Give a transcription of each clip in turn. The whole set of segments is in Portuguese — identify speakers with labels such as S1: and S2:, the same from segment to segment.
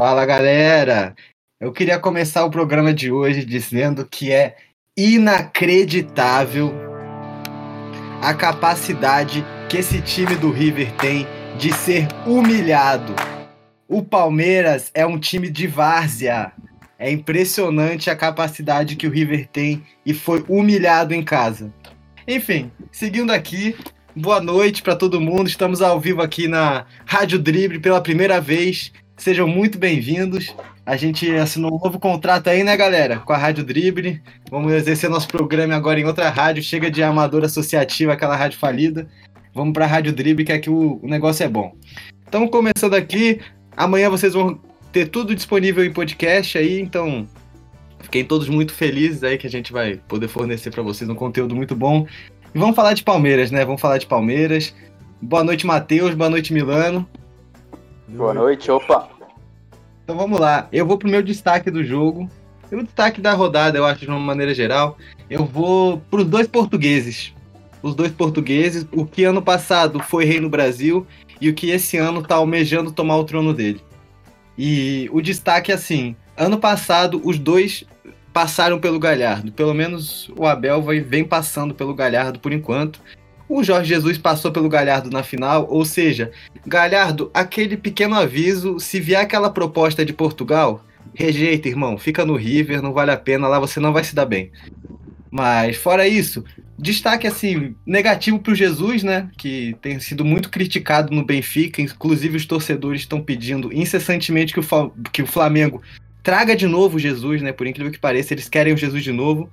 S1: Fala, galera! Eu queria começar o programa de hoje dizendo que é inacreditável a capacidade que esse time do River tem de ser humilhado. O Palmeiras é um time de várzea. É impressionante a capacidade que o River tem e foi humilhado em casa. Enfim, seguindo aqui, boa noite para todo mundo. Estamos ao vivo aqui na Rádio Drible pela primeira vez. Sejam muito bem-vindos. A gente assinou um novo contrato aí, né, galera? Com a Rádio Drible. Vamos exercer nosso programa agora em outra rádio. Chega de amador associativa, aquela rádio falida. Vamos para a Rádio Drible, que aqui o negócio é bom. Então, começando aqui, amanhã vocês vão ter tudo disponível em podcast aí, então fiquem todos muito felizes aí que a gente vai poder fornecer para vocês um conteúdo muito bom. E vamos falar de Palmeiras, né? Vamos falar de Palmeiras. Boa noite, Matheus. Boa noite, Milano.
S2: Boa noite, opa.
S1: Então vamos lá. Eu vou pro meu destaque do jogo. E o destaque da rodada, eu acho, de uma maneira geral, eu vou pros dois portugueses. Os dois portugueses, o que ano passado foi rei no Brasil e o que esse ano tá almejando tomar o trono dele. E o destaque é assim, ano passado os dois passaram pelo Galhardo, pelo menos o Abel vem passando pelo Galhardo por enquanto. O Jorge Jesus passou pelo Galhardo na final, ou seja, Galhardo, aquele pequeno aviso, se vier aquela proposta de Portugal, rejeita, irmão, fica no River, não vale a pena, lá você não vai se dar bem. Mas fora isso, destaque assim, negativo pro Jesus, né, que tem sido muito criticado no Benfica, inclusive os torcedores estão pedindo incessantemente que o Flamengo traga de novo o Jesus, né, por incrível que pareça, eles querem o Jesus de novo.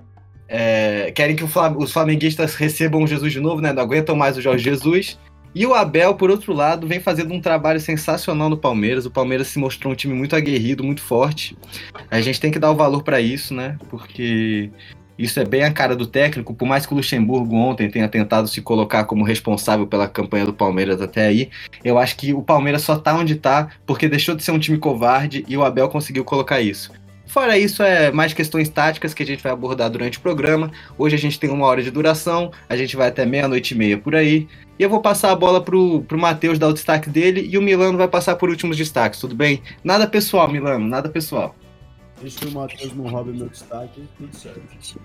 S1: Querem que os flamenguistas recebam o Jesus de novo, né? Não aguentam mais o Jorge Jesus. E o Abel, por outro lado, vem fazendo um trabalho sensacional no Palmeiras. O Palmeiras se mostrou um time muito aguerrido, muito forte. A gente tem que dar o valor para isso, né? Porque isso é bem a cara do técnico. Por mais que o Luxemburgo ontem tenha tentado se colocar como responsável pela campanha do Palmeiras até aí, eu acho que o Palmeiras só tá onde tá porque deixou de ser um time covarde e o Abel conseguiu colocar isso. Fora isso, é mais questões táticas que a gente vai abordar durante o programa. Hoje a gente tem 1 hora de duração, a gente vai até 00:30 por aí. E eu vou passar a bola pro Matheus dar o destaque dele e o Milano vai passar por últimos destaques, tudo bem? Nada pessoal, Milano, nada pessoal.
S3: Deixa o Matheus não rouba meu destaque, tudo certo.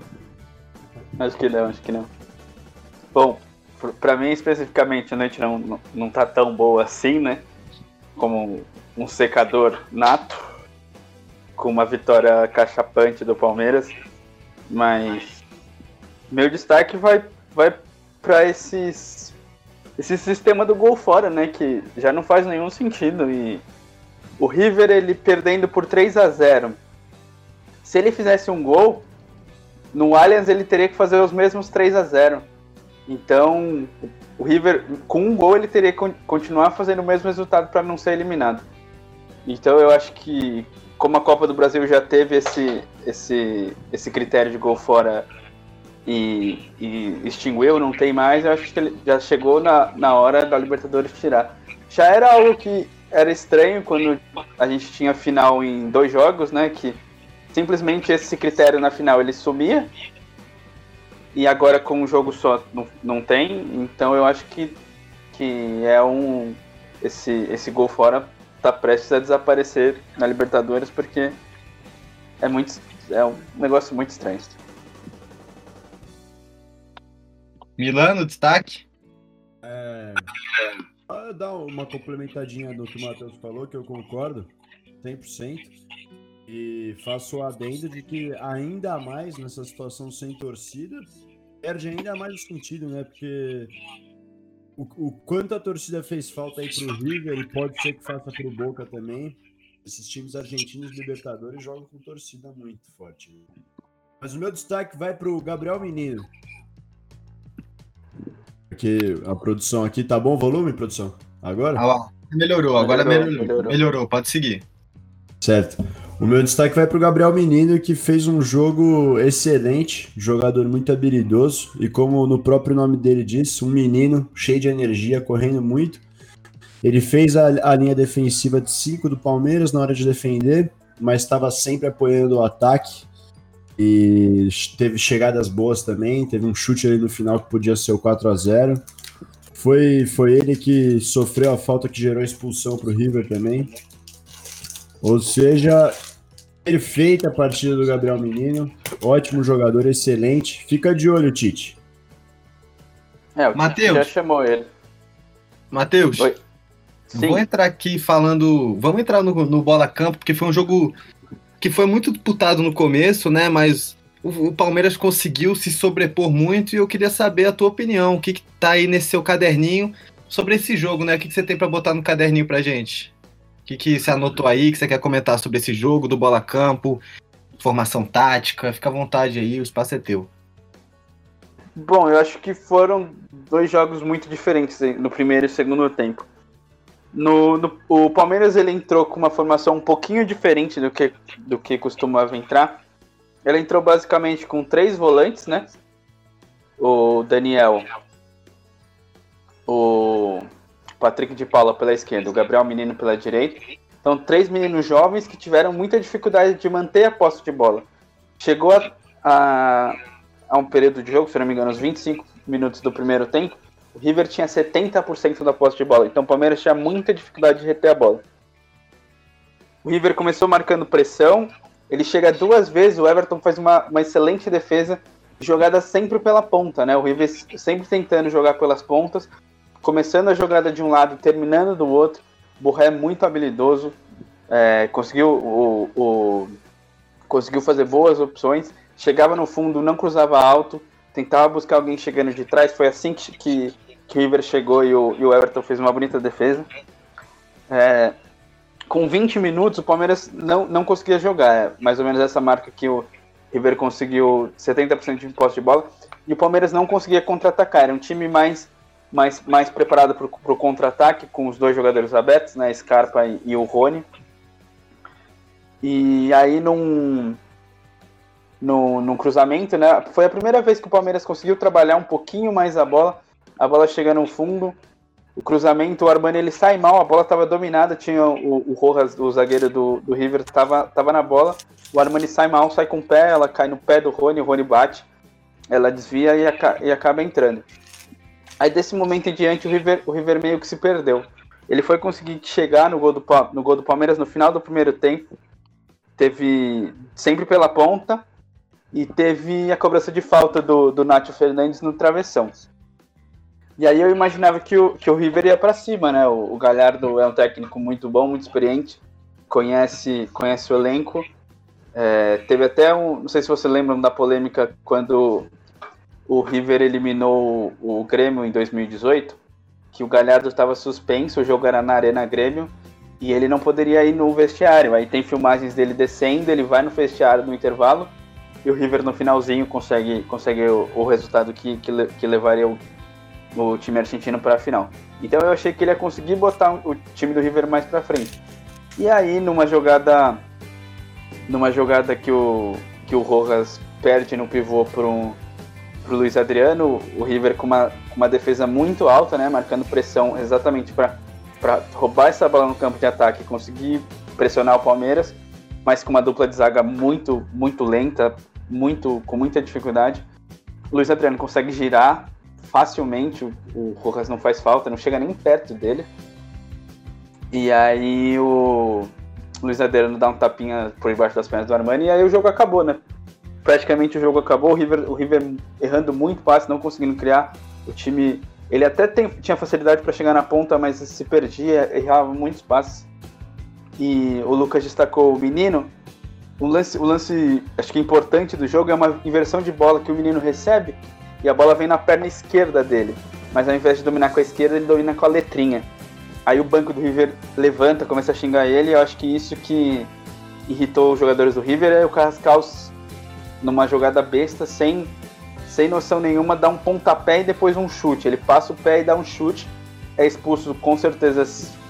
S2: Acho que não. Bom, pra mim especificamente a noite não tá tão boa assim, né? Como um secador nato, com uma vitória cachapante do Palmeiras, mas meu destaque vai para esse sistema do gol fora, né, que já não faz nenhum sentido. E o River, ele perdendo por 3-0, se ele fizesse um gol no Allianz, ele teria que fazer os mesmos 3-0. Então o River, com um gol, ele teria que continuar fazendo o mesmo resultado para não ser eliminado. Então eu acho que, como a Copa do Brasil já teve esse critério de gol fora e extinguiu, não tem mais, eu acho que ele já chegou na hora da Libertadores tirar. Já era algo que era estranho quando a gente tinha final em 2 jogos, né? Que simplesmente esse critério na final ele sumia e agora com um jogo só não tem. Então eu acho que esse gol fora tá prestes a desaparecer na Libertadores, porque é um negócio muito estranho.
S1: Milano, destaque?
S3: Dar uma complementadinha do que o Matheus falou, que eu concordo 100%, e faço o adendo de que ainda mais nessa situação sem torcida, perde ainda mais o sentido, né? Porque o quanto a torcida fez falta aí pro River, e pode ser que faça pro Boca também. Esses times argentinos Libertadores jogam com torcida muito forte. Mas o meu destaque vai pro Gabriel Menino. Porque a produção aqui, tá bom o volume, produção? Agora?
S1: Melhorou, pode seguir.
S3: Certo. O meu destaque vai pro Gabriel Menino, que fez um jogo excelente, jogador muito habilidoso, e como no próprio nome dele diz, um menino cheio de energia, correndo muito. Ele fez a linha defensiva de 5 do Palmeiras na hora de defender, mas estava sempre apoiando o ataque, e teve chegadas boas também, teve um chute ali no final que podia ser o 4-0. Foi ele que sofreu a falta que gerou a expulsão pro River também. Ou seja, perfeita a partida do Gabriel Menino. Ótimo jogador, excelente. Fica de olho, Tite.
S2: O Tite já chamou ele.
S1: Matheus, vou entrar aqui falando... Vamos entrar no Bola Campo, porque foi um jogo que foi muito disputado no começo, né? Mas o Palmeiras conseguiu se sobrepor muito e eu queria saber a tua opinião. O que tá aí nesse seu caderninho sobre esse jogo, né? O que você tem para botar no caderninho pra gente? O que você anotou aí, que você quer comentar sobre esse jogo do Bola Campo, formação tática? Fica à vontade aí, o espaço é teu.
S2: Bom, eu acho que foram 2 jogos muito diferentes no primeiro e segundo tempo. O Palmeiras ele entrou com uma formação um pouquinho diferente do que costumava entrar. Ele entrou basicamente com 3 volantes, né? O Daniel, o Patrick de Paula pela esquerda, o Gabriel Menino pela direita. Então, 3 meninos jovens que tiveram muita dificuldade de manter a posse de bola. Chegou a um período de jogo, se não me engano, uns 25 minutos do primeiro tempo, o River tinha 70% da posse de bola. Então, o Palmeiras tinha muita dificuldade de reter a bola. O River começou marcando pressão, ele chega 2 vezes, o Everton faz uma excelente defesa, jogada sempre pela ponta, né? O River sempre tentando jogar pelas pontas, começando a jogada de um lado e terminando do outro. O Borré é muito habilidoso, conseguiu fazer boas opções, chegava no fundo, não cruzava alto, tentava buscar alguém chegando de trás. Foi assim que o River chegou e o Everton fez uma bonita defesa. Com 20 minutos, o Palmeiras não conseguia jogar. Mais ou menos essa marca que o River conseguiu 70% de posse de bola. E o Palmeiras não conseguia contra-atacar. Era um time mais preparado para o contra-ataque, com os 2 jogadores abertos, né, Scarpa e o Rony. E aí, num cruzamento, né, foi a primeira vez que o Palmeiras conseguiu trabalhar um pouquinho mais a bola chega no fundo, o cruzamento, o Armani ele sai mal, a bola estava dominada, tinha o Rojas, o zagueiro do River, estava na bola, o Armani sai mal, sai com o pé, ela cai no pé do Rony, o Rony bate, ela desvia e acaba entrando. Aí desse momento em diante o River meio que se perdeu. Ele foi conseguir chegar no gol do Palmeiras no final do primeiro tempo, teve sempre pela ponta, e teve a cobrança de falta do Nacho Fernandes no travessão. E aí eu imaginava que o River ia para cima, né? O Galhardo é um técnico muito bom, muito experiente, conhece o elenco. Teve até não sei se vocês lembram da polêmica quando o River eliminou o Grêmio em 2018, que o Galhardo estava suspenso, o jogo era na Arena Grêmio, e ele não poderia ir no vestiário. Aí tem filmagens dele descendo, ele vai no vestiário no intervalo, e o River no finalzinho consegue o resultado que levaria o time argentino para a final. Então eu achei que ele ia conseguir botar o time do River mais para frente. E aí numa jogada que o Rojas perde no pivô pro Luiz Adriano, o River com uma defesa muito alta, né, marcando pressão exatamente para roubar essa bola no campo de ataque e conseguir pressionar o Palmeiras, mas com uma dupla de zaga muito, muito lenta, com muita dificuldade. O Luiz Adriano consegue girar facilmente, o Rojas não faz falta, não chega nem perto dele. E aí o Luiz Adriano dá um tapinha por debaixo das pernas do Armani e aí o jogo acabou, né? Praticamente o jogo acabou, o River errando muito passe, não conseguindo criar. O time, ele até tinha facilidade para chegar na ponta, mas se perdia, errava muitos passes. E o Lucas destacou o Menino. O lance, acho que importante do jogo é uma inversão de bola que o Menino recebe e a bola vem na perna esquerda dele. Mas ao invés de dominar com a esquerda, ele domina com a letrinha. Aí o banco do River levanta, começa a xingar ele, e eu acho que isso que irritou os jogadores do River é o Carrascal, numa jogada besta, sem noção nenhuma, dá um pontapé e depois um chute. Ele passa o pé e dá um chute, é expulso com certeza,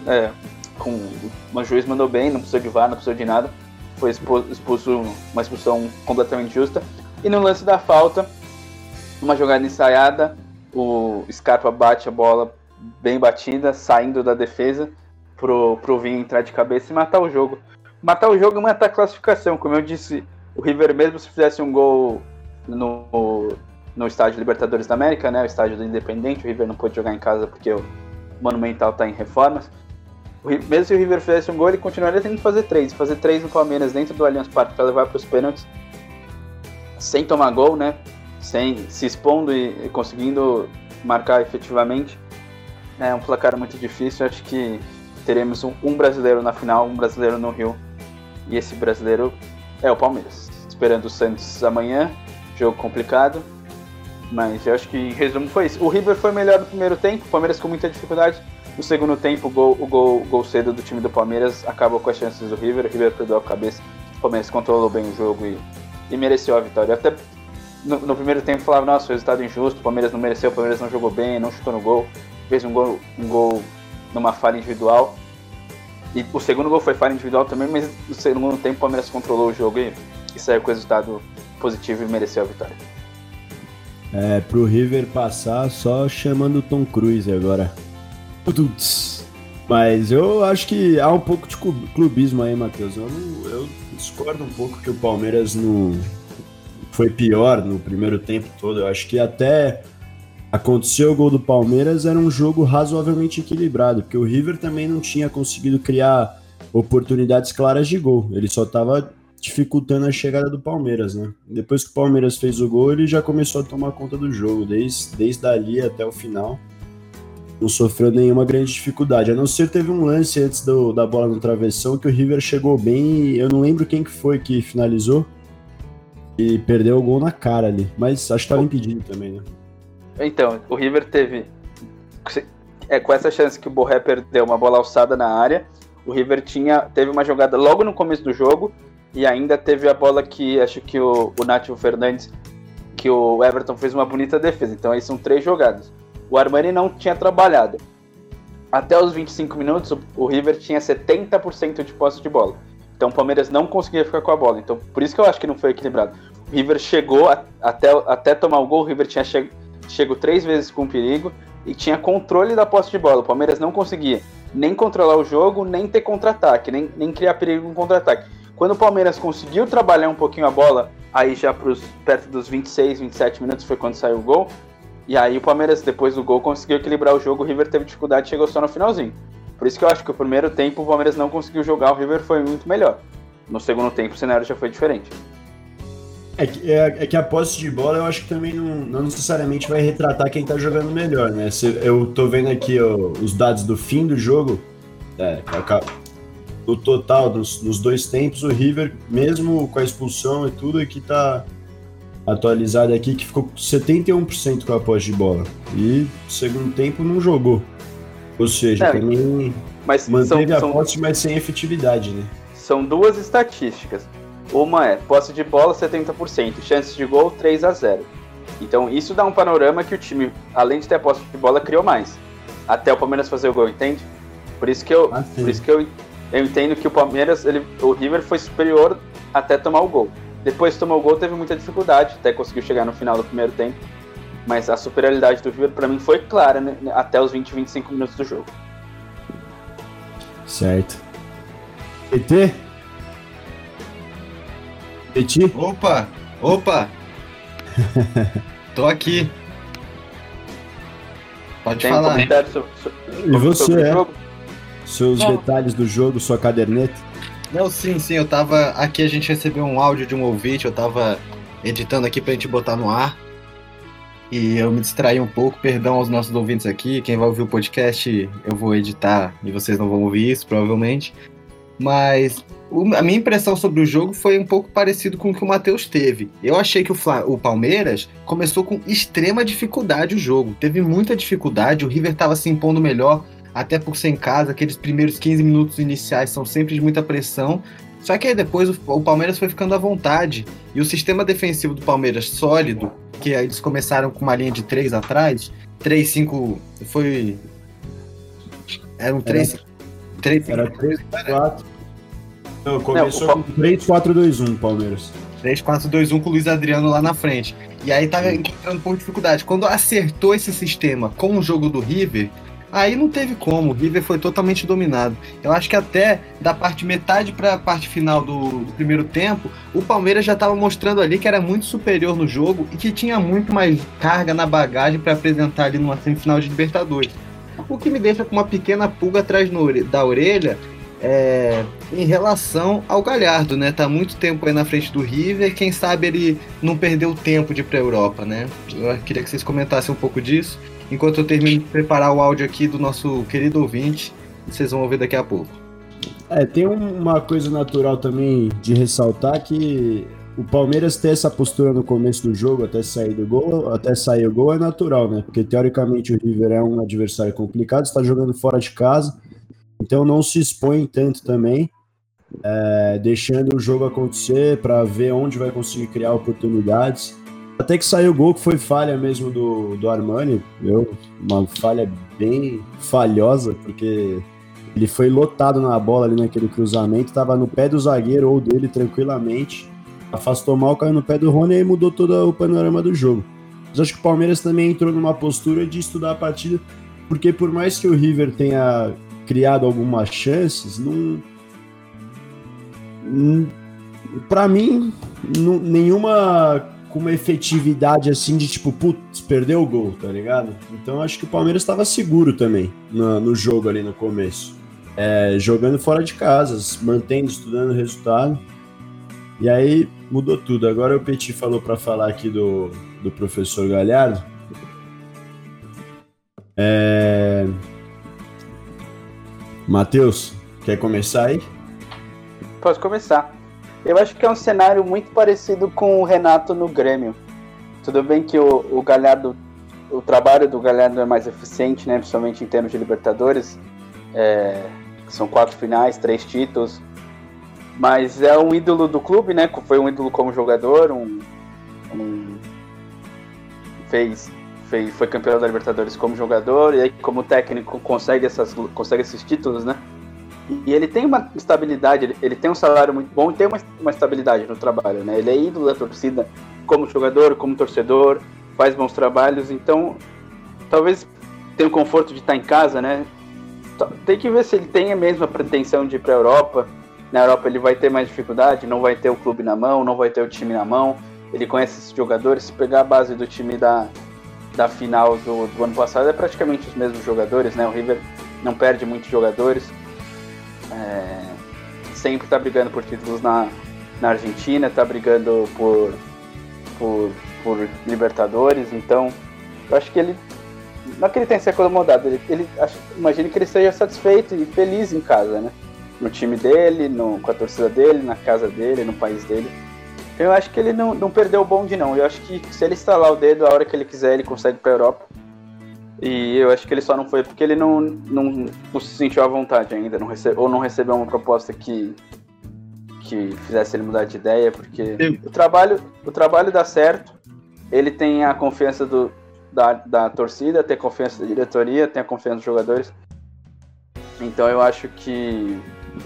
S2: o juiz mandou bem, não precisou de VAR, não precisou de nada. Foi expulso, uma expulsão completamente justa. E no lance da falta, uma jogada ensaiada, o Scarpa bate a bola bem batida, saindo da defesa, pro Vinha entrar de cabeça e matar o jogo. Matar o jogo e matar a classificação. Como eu disse, o River, mesmo se fizesse um gol no estádio Libertadores da América, né, o estádio do Independente, o River não pôde jogar em casa porque o Monumental está em reformas. Mesmo se o River fizesse um gol, ele continuaria tendo que fazer 3. Fazer 3 no Palmeiras dentro do Allianz Parque para levar para os pênaltis, sem tomar gol, né? Sem se expondo e conseguindo marcar efetivamente. É um placar muito difícil. Acho que teremos um brasileiro na final, um brasileiro no Rio. E esse brasileiro é o Palmeiras. Esperando o Santos amanhã. Jogo complicado. Mas eu acho que, em resumo, foi isso. O River foi melhor no primeiro tempo. O Palmeiras com muita dificuldade. No segundo tempo, o gol cedo do time do Palmeiras acabou com as chances do River. O River perdeu a cabeça. O Palmeiras controlou bem o jogo e mereceu a vitória. Até no primeiro tempo falava, nossa, o resultado injusto. O Palmeiras não mereceu, o Palmeiras não jogou bem, não chutou no gol. Fez um gol numa falha individual. E o segundo gol foi falha individual também, mas no segundo tempo o Palmeiras controlou o jogo e saiu com o resultado positivo e mereceu a vitória.
S3: Pro River passar, só chamando o Tom Cruise agora. Mas eu acho que há um pouco de clubismo aí, Matheus. Eu discordo um pouco que o Palmeiras não foi pior no primeiro tempo todo. Eu acho que até aconteceu o gol do Palmeiras, era um jogo razoavelmente equilibrado, porque o River também não tinha conseguido criar oportunidades claras de gol. Ele só estava dificultando a chegada do Palmeiras, né? Depois que o Palmeiras fez o gol, ele já começou a tomar conta do jogo, desde ali até o final. Não sofreu nenhuma grande dificuldade, a não ser teve um lance antes da bola no travessão que o River chegou bem e eu não lembro quem que foi que finalizou e perdeu o gol na cara ali, mas acho que estava impedido também, né?
S2: Então, o River teve com essa chance que o Borré perdeu uma bola alçada na área, o River teve uma jogada logo no começo do jogo e ainda teve a bola que acho que o Nátio Fernandes, que o Everton fez uma bonita defesa, então aí são 3 jogadas. O Armani não tinha trabalhado. Até os 25 minutos, o River tinha 70% de posse de bola. Então o Palmeiras não conseguia ficar com a bola. Então por isso que eu acho que não foi equilibrado. O River chegou até tomar o gol, o River tinha chegou 3 vezes com perigo e tinha controle da posse de bola. O Palmeiras não conseguia nem controlar o jogo, nem ter contra-ataque, nem criar perigo no contra-ataque. Quando o Palmeiras conseguiu trabalhar um pouquinho a bola, aí já perto dos 26, 27 minutos foi quando saiu o gol. E aí o Palmeiras, depois do gol, conseguiu equilibrar o jogo, o River teve dificuldade e chegou só no finalzinho. Por isso que eu acho que o primeiro tempo o Palmeiras não conseguiu jogar, o River foi muito melhor. No segundo tempo o cenário já foi diferente.
S3: É que a posse de bola eu acho que também não necessariamente vai retratar quem tá jogando melhor, né? Eu tô vendo aqui os dados do fim do jogo, no total, nos 2 tempos, o River, mesmo com a expulsão e tudo, aqui tá atualizado aqui, que ficou 71% com a posse de bola. E no segundo tempo não jogou. Ou seja, também manteve a posse, mas sem efetividade, né?
S2: São 2 estatísticas. Uma é posse de bola 70%, chances de gol 3-0. Então isso dá um panorama que o time, além de ter a posse de bola, criou mais. Até o Palmeiras fazer o gol, entende? Por isso que eu entendo que o River foi superior até tomar o gol. Depois que tomou o gol, teve muita dificuldade, até conseguiu chegar no final do primeiro tempo. Mas a superioridade do River, pra mim, foi clara, né, até os 20, 25 minutos do jogo.
S3: Certo. PT? PT?
S1: Opa! Tô aqui. Pode
S2: Tem
S1: falar.
S2: Comentário
S3: E você,
S2: sobre o jogo?
S3: Seus detalhes do jogo, sua caderneta?
S1: Não, sim, eu tava aqui, a gente recebeu um áudio de um ouvinte, eu tava editando aqui pra gente botar no ar, e eu me distraí um pouco, perdão aos nossos ouvintes aqui, quem vai ouvir o podcast eu vou editar e vocês não vão ouvir isso, provavelmente, mas a minha impressão sobre o jogo foi um pouco parecido com o que o Matheus teve. Eu achei que o Palmeiras começou com extrema dificuldade o jogo, teve muita dificuldade, o River tava se impondo melhor, até por ser em casa, aqueles primeiros 15 minutos iniciais são sempre de muita pressão, só que aí depois o Palmeiras foi ficando à vontade, e o sistema defensivo do Palmeiras sólido, que aí eles começaram com uma linha de 3 atrás, 3-5, eram 3...
S3: Era 3-4. Não, começou com 3-4-2-1, Palmeiras.
S1: 3-4-2-1 com o Luiz Adriano lá na frente, e aí tava encontrando um pouco de dificuldade. Quando acertou esse sistema com o jogo do River, aí não teve como, o River foi totalmente dominado. Eu acho que até da metade para a parte final do primeiro tempo, o Palmeiras já estava mostrando ali que era muito superior no jogo e que tinha muito mais carga na bagagem para apresentar ali numa semifinal de Libertadores. O que me deixa com uma pequena pulga atrás da orelha em relação ao Galhardo, né? Tá muito tempo aí na frente do River, quem sabe ele não perdeu tempo de ir pra Europa, né? Eu queria que vocês comentassem um pouco disso, enquanto eu termino de preparar o áudio aqui do nosso querido ouvinte, vocês vão ouvir daqui a pouco.
S3: Tem uma coisa natural também de ressaltar, que o Palmeiras ter essa postura no começo do jogo, até sair o gol é natural, né? Porque teoricamente o River é um adversário complicado, está jogando fora de casa, então não se expõe tanto também, deixando o jogo acontecer para ver onde vai conseguir criar oportunidades. Até que saiu o gol, que foi falha mesmo do Armani, uma falha bem falhosa, porque ele foi lotado na bola ali naquele cruzamento, estava no pé do zagueiro ou dele tranquilamente, afastou mal, caiu no pé do Rony e mudou todo o panorama do jogo. Mas acho que o Palmeiras também entrou numa postura de estudar a partida, porque por mais que o River tenha criado algumas chances, para mim, nenhuma com uma efetividade assim de tipo, putz, perdeu o gol, tá ligado? Então acho que o Palmeiras estava seguro também no jogo ali no começo. Jogando fora de casa, mantendo, estudando o resultado. E aí mudou tudo. Agora o Petit falou para falar aqui do professor Galhardo. Matheus, quer começar aí?
S2: Posso começar. Eu acho que é um cenário muito parecido com o Renato no Grêmio. Tudo bem que o Galhardo, o trabalho do Galhardo é mais eficiente, né, principalmente em termos de Libertadores. São 4 finais, 3 títulos. Mas é um ídolo do clube, né? Foi um ídolo como jogador, foi campeão da Libertadores como jogador, e aí como técnico consegue esses títulos, né? E ele tem uma estabilidade, ele tem um salário muito bom e tem uma estabilidade no trabalho, né? Ele é ídolo da torcida como jogador, como torcedor, faz bons trabalhos, então talvez tenha o conforto de estar em casa, né? Tem que ver se ele tem a mesma pretensão de ir para a Europa. Na Europa ele vai ter mais dificuldade, não vai ter o clube na mão, não vai ter o time na mão. Ele conhece esses jogadores. Se pegar a base do time da final do ano passado, é praticamente os mesmos jogadores, né? O River não perde muitos jogadores. Sempre está brigando por títulos na Argentina, está brigando por Libertadores. Então, eu acho que ele, não é que ele tenha se acomodado, imagino que ele seja satisfeito e feliz em casa, né? No time dele, com a torcida dele, na casa dele, no país dele. Então eu acho que ele não perdeu o bonde, não. Eu acho que se ele estalar o dedo, a hora que ele quiser, ele consegue ir pra Europa. E eu acho que ele só não foi porque ele não se sentiu à vontade ainda, ou não recebeu uma proposta que fizesse ele mudar de ideia, porque o trabalho dá certo, ele tem a confiança da torcida, tem a confiança da diretoria, tem a confiança dos jogadores. Então eu acho que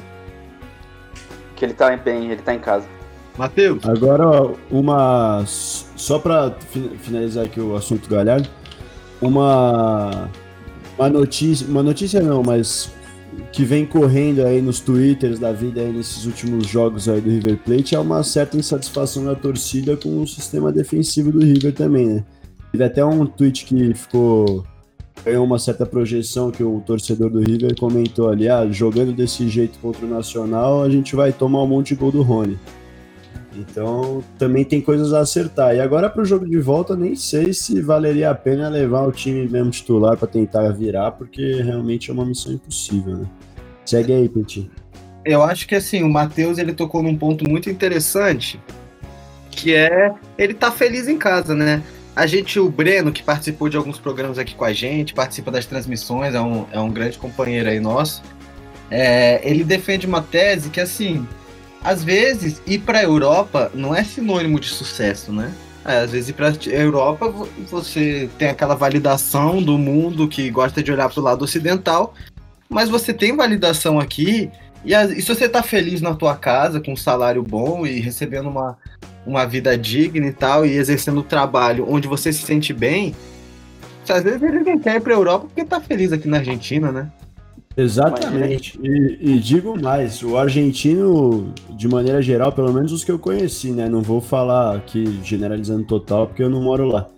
S2: ele tá bem, ele tá em casa.
S1: Matheus.
S3: Agora, só para finalizar aqui o assunto Galhardo, uma notícia não, mas que vem correndo aí nos twitters da vida aí nesses últimos jogos aí do River Plate é uma certa insatisfação da torcida com o sistema defensivo do River também, né? Teve até um tweet que ganhou uma certa projeção, que o torcedor do River comentou ali, jogando desse jeito contra o Nacional, a gente vai tomar um monte de gol do Rony. Então, também tem coisas a acertar. E agora pro jogo de volta, nem sei se valeria a pena levar o time mesmo titular para tentar virar, porque realmente é uma missão impossível, né? Segue aí, Petit.
S1: Eu acho que assim, o Matheus, ele tocou num ponto muito interessante, que ele tá feliz em casa, né? O Breno, que participou de alguns programas aqui com a gente, participa das transmissões, é um grande companheiro aí nosso. Ele defende uma tese que, assim, às vezes ir para a Europa não é sinônimo de sucesso, né? Às vezes ir para a Europa você tem aquela validação do mundo que gosta de olhar para o lado ocidental, mas você tem validação aqui, e se você tá feliz na tua casa, com um salário bom e recebendo uma vida digna e tal, e exercendo o trabalho onde você se sente bem, às vezes ele não quer ir para a Europa porque tá feliz aqui na Argentina, né?
S3: Exatamente. E digo mais, o argentino, de maneira geral, pelo menos os que eu conheci, né? Não vou falar aqui generalizando total, porque eu não moro lá.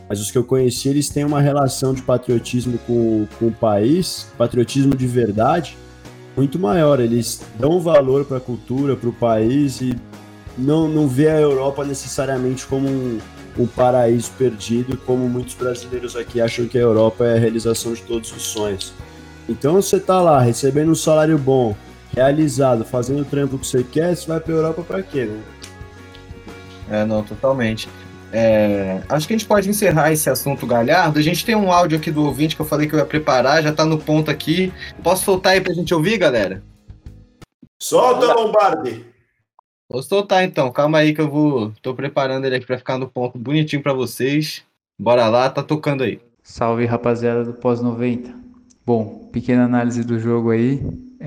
S3: mas os que eu conheci, eles têm uma relação de patriotismo com o país, patriotismo de verdade, muito maior. Eles dão valor para a cultura, para o país e não vê a Europa necessariamente como um paraíso perdido, como muitos brasileiros aqui acham que a Europa é a realização de todos os sonhos. Então você tá lá, recebendo um salário bom, realizado, fazendo o trampo que você quer, você vai pra Europa pra quê, né?
S1: Não, totalmente. Acho que a gente pode encerrar esse assunto, Galhardo. A gente tem um áudio aqui do ouvinte que eu falei que eu ia preparar, já tá no ponto aqui. Posso soltar aí pra gente ouvir, galera?
S3: Solta, Lombardi!
S1: Vou soltar então, calma aí que tô preparando ele aqui pra ficar no ponto bonitinho pra vocês. Bora lá, tá tocando aí.
S4: Salve, rapaziada do Pós-90. Bom, pequena análise do jogo aí.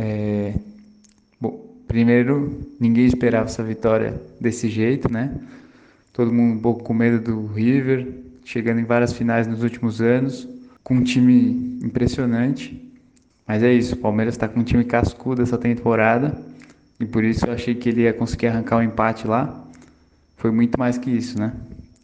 S4: Bom, primeiro, ninguém esperava essa vitória desse jeito, né? Todo mundo um pouco com medo do River, chegando em várias finais nos últimos anos, com um time impressionante. Mas é isso, o Palmeiras está com um time cascudo essa temporada, e por isso eu achei que ele ia conseguir arrancar um empate lá. Foi muito mais que isso, né?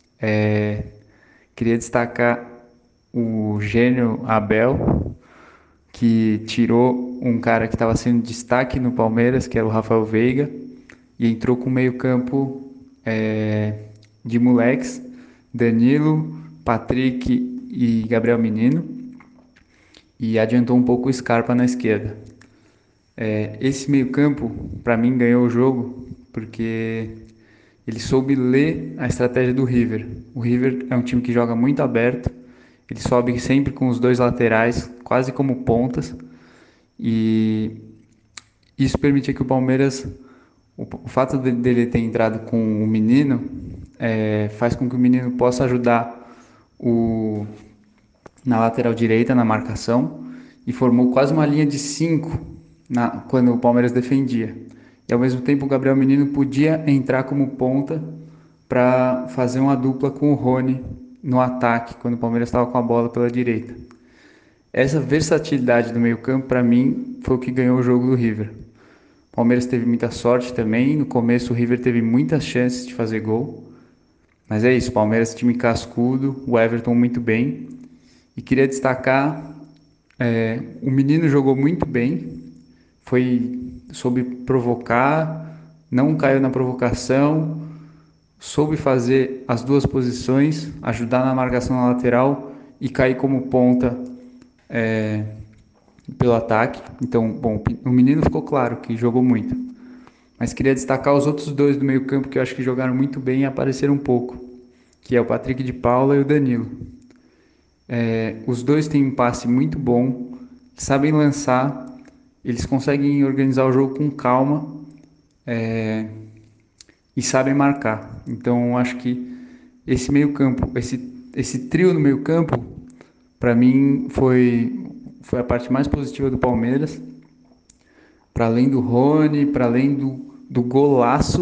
S4: Queria destacar o gênio Abel, que tirou um cara que estava sendo destaque no Palmeiras, que era o Rafael Veiga, e entrou com meio campo de moleques, Danilo, Patrick e Gabriel Menino, e adiantou um pouco o Scarpa na esquerda. Esse meio campo, para mim, ganhou o jogo, porque ele soube ler a estratégia do River. O River é um time que joga muito aberto, ele sobe sempre com os dois laterais, quase como pontas, e isso permitia que o Palmeiras, o fato dele ter entrado com o Menino, faz com que o Menino possa ajudar na lateral direita, na marcação, e formou quase uma linha de 5 quando o Palmeiras defendia. E ao mesmo tempo o Gabriel Menino podia entrar como ponta para fazer uma dupla com o Rony no ataque, quando o Palmeiras estava com a bola pela direita. Essa versatilidade do meio campo, para mim, foi o que ganhou o jogo do River. O Palmeiras teve muita sorte também, no começo o River teve muitas chances de fazer gol, mas é isso, o Palmeiras time cascudo, o Everton muito bem, e queria destacar, o Menino jogou muito bem, soube provocar, não caiu na provocação, soube fazer as duas posições, ajudar na marcação na lateral e cair como ponta pelo ataque. Então, bom, o Menino ficou claro que jogou muito, mas queria destacar os outros dois do meio campo que eu acho que jogaram muito bem e apareceram um pouco, que é o Patrick de Paula e o Danilo. Os dois têm um passe muito bom, sabem lançar, eles conseguem organizar o jogo com calma e sabem marcar. Então acho que esse meio campo, esse trio no meio campo, para mim foi a parte mais positiva do Palmeiras, para além do Rony, para além do golaço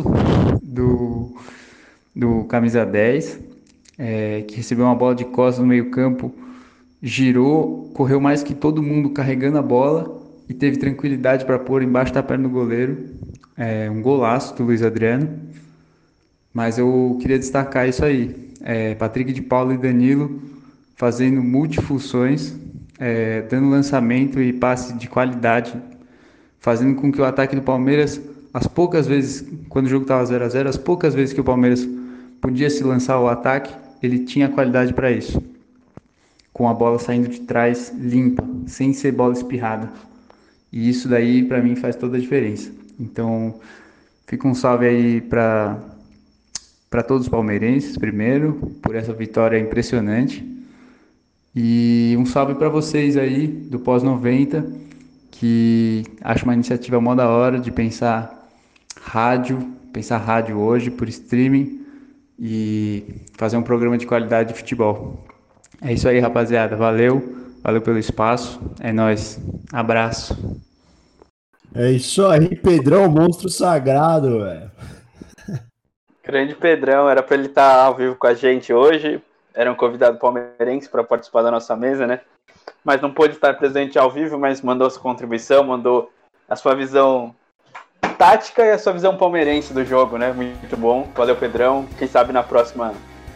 S4: do camisa 10, que recebeu uma bola de costas no meio campo, girou, correu mais que todo mundo carregando a bola e teve tranquilidade para pôr embaixo da perna do goleiro. Um golaço do Luiz Adriano. Mas eu queria destacar isso aí. Patrick de Paula e Danilo fazendo multifunções, dando lançamento e passe de qualidade, fazendo com que o ataque do Palmeiras, as poucas vezes, quando o jogo estava 0-0, as poucas vezes que o Palmeiras podia se lançar ao ataque, ele tinha qualidade para isso. Com a bola saindo de trás limpa, sem ser bola espirrada. E isso daí, para mim, faz toda a diferença. Então, fica um salve aí para todos os palmeirenses, primeiro, por essa vitória impressionante. E um salve para vocês aí, do Pós-90, que acho uma iniciativa mó da hora de pensar rádio hoje por streaming e fazer um programa de qualidade de futebol. É isso aí, rapaziada. Valeu pelo espaço. É nóis. Abraço.
S3: É isso aí, Pedrão, monstro sagrado, velho.
S2: Grande Pedrão, era para ele estar ao vivo com a gente hoje. Era um convidado palmeirense para participar da nossa mesa, né? Mas não pôde estar presente ao vivo, mas mandou sua contribuição, mandou a sua visão tática e a sua visão palmeirense do jogo, né? Muito bom. Valeu, Pedrão. Quem sabe na próxima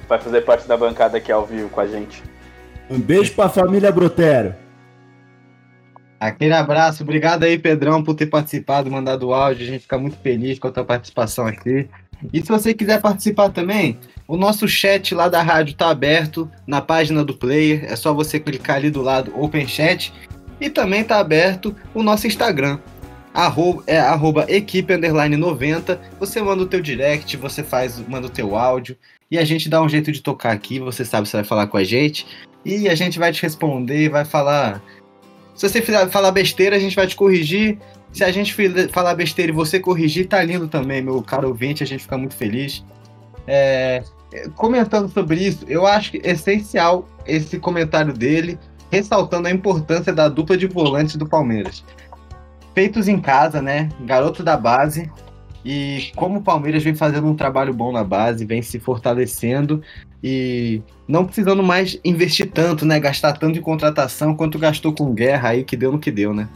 S2: vai fazer parte da bancada aqui ao vivo com a gente.
S3: Um beijo pra família Brotero.
S1: Aquele abraço, obrigado aí, Pedrão, por ter participado, mandado o áudio. A gente fica muito feliz com a tua participação aqui. E se você quiser participar também, o nosso chat lá da rádio tá aberto na página do Player. É só você clicar ali do lado Open Chat. E também tá aberto o nosso Instagram. @ equipe_90. Você manda o teu direct, você manda o teu áudio. E a gente dá um jeito de tocar aqui. Você sabe, você vai falar com a gente. E a gente vai te responder, vai falar... Se você falar besteira, a gente vai te corrigir. Se a gente falar besteira e você corrigir, tá lindo também, meu caro ouvinte. A gente fica muito feliz. Comentando sobre isso, eu acho essencial esse comentário dele, ressaltando a importância da dupla de volantes do Palmeiras. Feitos em casa, né? Garoto da base. E como o Palmeiras vem fazendo um trabalho bom na base, vem se fortalecendo e não precisando mais investir tanto, né? Gastar tanto em contratação quanto gastou com Guerra aí, que deu no que deu, né?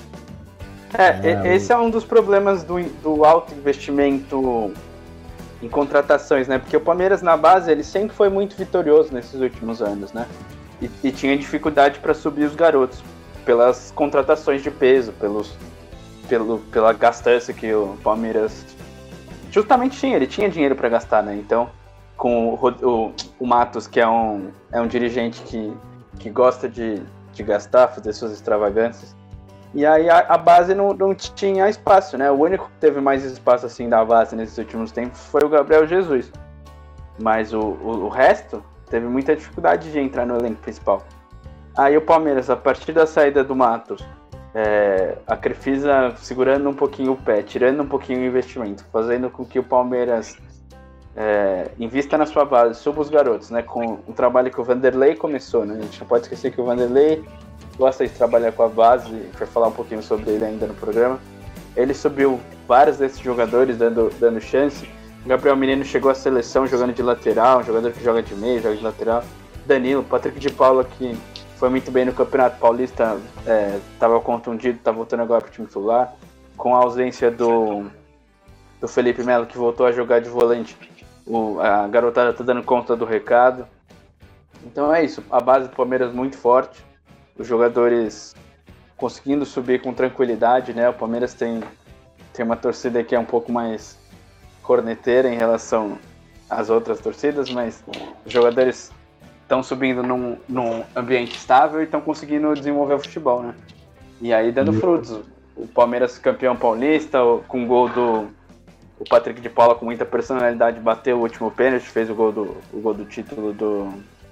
S2: Esse é um dos problemas do alto investimento em contratações, né? Porque o Palmeiras na base, ele sempre foi muito vitorioso nesses últimos anos, né? E tinha dificuldade para subir os garotos pelas contratações de peso, pela gastança que o Palmeiras justamente tinha. Ele tinha dinheiro para gastar, né? Então, com o Matos, que é um dirigente que gosta de gastar, fazer suas extravagâncias. E aí a base não tinha espaço, né? O único que teve mais espaço assim da base nesses últimos tempos foi o Gabriel Jesus. Mas o resto teve muita dificuldade de entrar no elenco principal. Aí o Palmeiras, a partir da saída do Matos, a Crefisa segurando um pouquinho o pé, tirando um pouquinho o investimento, fazendo com que o Palmeiras invista na sua base, suba os garotos, né? Com o trabalho que o Vanderlei começou, né? A gente não pode esquecer que o Vanderlei gosta de trabalhar com a base, a gente vai falar um pouquinho sobre ele ainda no programa. Ele subiu vários desses jogadores dando chance. O Gabriel Menino chegou à seleção jogando de lateral, um jogador que joga de meio, joga de lateral. Danilo, Patrick de Paula, que foi muito bem no Campeonato Paulista, estava contundido, está voltando agora para o time titular. Com a ausência do Felipe Melo, que voltou a jogar de volante, a garotada está dando conta do recado. Então é isso, a base do Palmeiras muito forte, os jogadores conseguindo subir com tranquilidade, né? O Palmeiras tem uma torcida que é um pouco mais corneteira em relação às outras torcidas, mas os jogadores estão subindo num ambiente estável e estão conseguindo desenvolver o futebol, né? E aí dando frutos. O Palmeiras campeão paulista, com o gol o Patrick de Paula com muita personalidade bateu o último pênalti, fez o gol do título do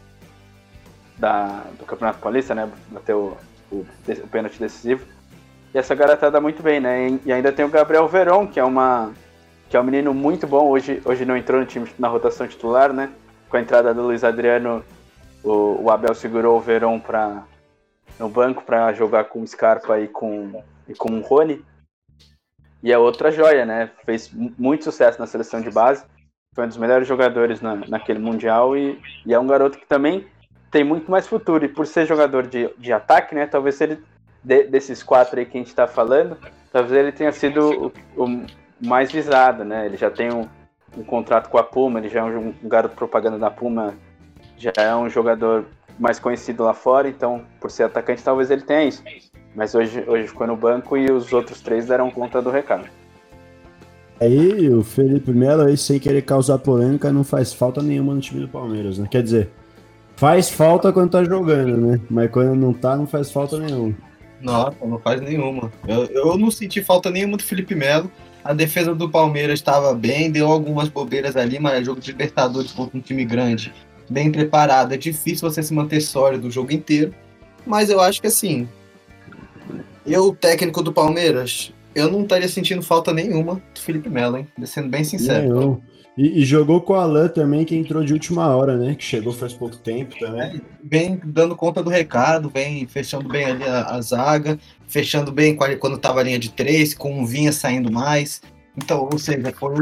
S2: Campeonato Paulista, né? Bateu o pênalti decisivo. E essa garotada muito bem, né? E ainda tem o Gabriel Veron, que é um menino muito bom. Hoje não entrou no time na rotação titular, né? Com a entrada do Luiz Adriano, o Abel segurou o Veron no banco para jogar com o Scarpa e com o Rony. E é outra joia, né? Fez muito sucesso na seleção de base. Foi um dos melhores jogadores naquele Mundial e é um garoto que também tem muito mais futuro. E por ser jogador de ataque, né? Talvez ele, desses 4 aí que a gente está falando, talvez ele tenha sido o mais visado, né? Ele já tem um contrato com a Puma, ele já é um garoto propaganda da Puma, já é um jogador mais conhecido lá fora, então, por ser atacante, talvez ele tenha isso. Mas hoje ficou no banco e os outros 3 deram conta do recado.
S3: Aí o Felipe Melo, aí, sem querer causar polêmica, não faz falta nenhuma no time do Palmeiras, né? Quer dizer, faz falta quando tá jogando, né? Mas quando não tá, não faz falta nenhuma.
S1: Nossa, não faz nenhuma. Eu não senti falta nenhuma do Felipe Melo. A defesa do Palmeiras estava bem, deu algumas bobeiras ali, mas é jogo de Libertadores contra um time grande, bem preparado. É difícil você se manter sólido o jogo inteiro. Mas eu acho que assim, o técnico do Palmeiras, eu não estaria sentindo falta nenhuma do Felipe Melo, hein? Sendo bem sincero.
S3: Não. E jogou com o Alan também, que entrou de última hora, né? Que chegou faz pouco tempo também.
S1: Vem dando conta do recado, vem fechando bem ali a zaga, fechando bem quando tava a linha de 3, com o Vinha saindo mais. Então, ou seja, foi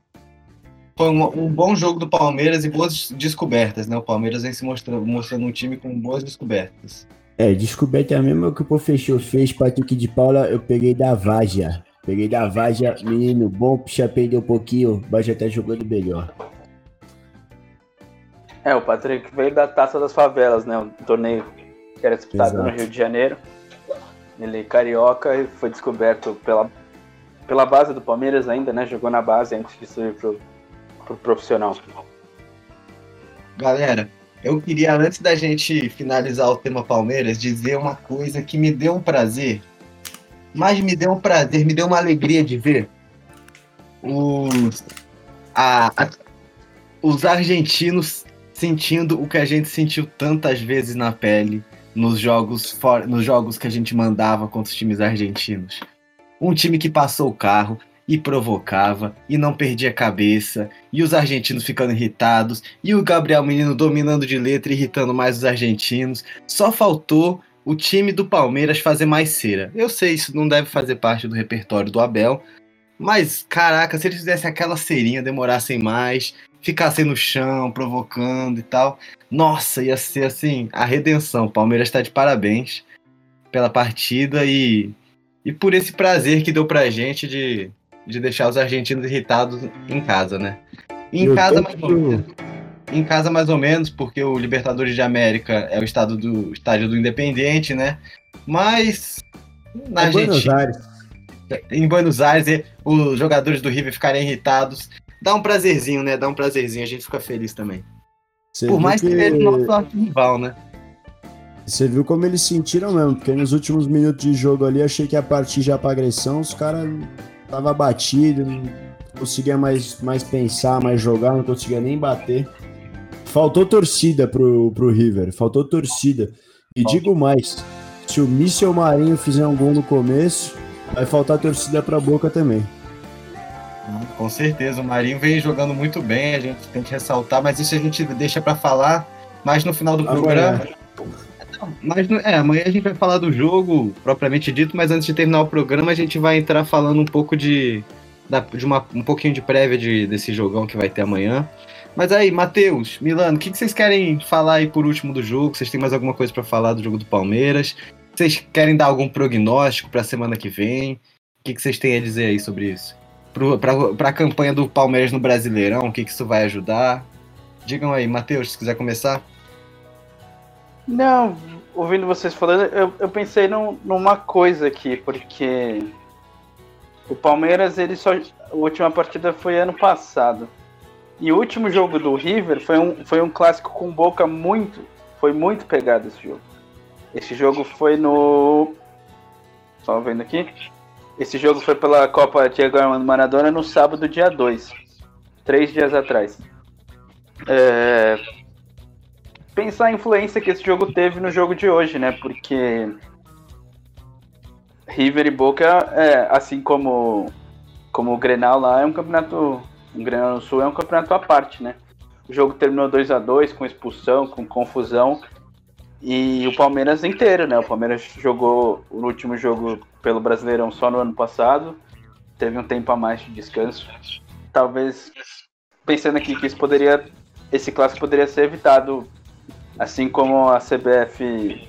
S1: um bom jogo do Palmeiras e boas descobertas, né? O Palmeiras vem se mostrando um time com boas descobertas.
S3: Descoberta mesmo que o professor fez, Patrick de Paula, eu peguei da Várzea. Menino bom, já perdeu um pouquinho, mas já tá jogando melhor.
S2: O Patrick veio da Taça das Favelas, né? Um torneio que era disputado
S3: Exato.
S2: no Rio de Janeiro. Ele é carioca e foi descoberto pela base do Palmeiras ainda, né? Jogou na base antes de subir pro profissional.
S1: Galera, eu queria, antes da gente finalizar o tema Palmeiras, dizer uma coisa que me deu um prazer, mas me deu uma alegria de ver os argentinos sentindo o que a gente sentiu tantas vezes na pele nos jogos que a gente mandava contra os times argentinos. Um time que passou o carro e provocava e não perdia a cabeça, e os argentinos ficando irritados, e o Gabriel Menino dominando de letra, irritando mais os argentinos. Só faltou o time do Palmeiras fazer mais cera. Eu sei, isso não deve fazer parte do repertório do Abel, mas, caraca, se eles fizessem aquela cerinha, demorassem mais, ficassem no chão, provocando e tal, nossa, ia ser assim, a redenção. O Palmeiras está de parabéns pela partida e por esse prazer que deu pra gente de deixar os argentinos irritados em casa, né? Em casa mais ou menos, porque o Libertadores de América é o estádio do Independiente, né? Mas na Argentina, em Buenos Aires, os jogadores do River ficarem irritados, dá um prazerzinho, né? Dá um prazerzinho, a gente fica feliz também. Por mais que ele nosso rival, né?
S3: Você viu como eles sentiram mesmo, porque nos últimos minutos de jogo ali, achei que ia partir já pra agressão, os caras estavam abatidos, não conseguia mais pensar, mais jogar, não conseguia nem bater. Faltou torcida pro River, faltou torcida. E digo mais, se o Míssel Marinho fizer um gol no começo, vai faltar torcida pra Boca também.
S1: Com certeza, o Marinho vem jogando muito bem, a gente tem que ressaltar, mas isso a gente deixa pra falar mais no final do programa. Amanhã a gente vai falar do jogo propriamente dito, mas antes de terminar o programa a gente vai entrar falando um pouco um pouquinho de prévia desse jogão que vai ter amanhã. Mas aí, Matheus, Milano, o que vocês querem falar aí por último do jogo? Vocês têm mais alguma coisa para falar do jogo do Palmeiras? Vocês querem dar algum prognóstico para a semana que vem? O que vocês têm a dizer aí sobre isso? Para a campanha do Palmeiras no Brasileirão, o que isso vai ajudar? Digam aí, Matheus, se quiser começar.
S2: Não, ouvindo vocês falando, eu pensei numa coisa aqui, porque o Palmeiras, a última partida foi ano passado. E o último jogo do River foi um clássico com Boca foi muito pegado esse jogo. Esse jogo foi só vendo aqui. Esse jogo foi pela Copa Diego Armando Maradona no sábado, dia 2. 3 dias atrás. Pensar a influência que esse jogo teve no jogo de hoje, né? Porque River e Boca, assim como o Grenal lá, é um campeonato... O Grenal no Sul é um campeonato à parte, né? O jogo terminou 2-2 com expulsão, com confusão. E o Palmeiras inteiro, né? O Palmeiras jogou o último jogo pelo Brasileirão só no ano passado. Teve um tempo a mais de descanso. Talvez, pensando aqui que esse clássico poderia ser evitado, assim como a CBF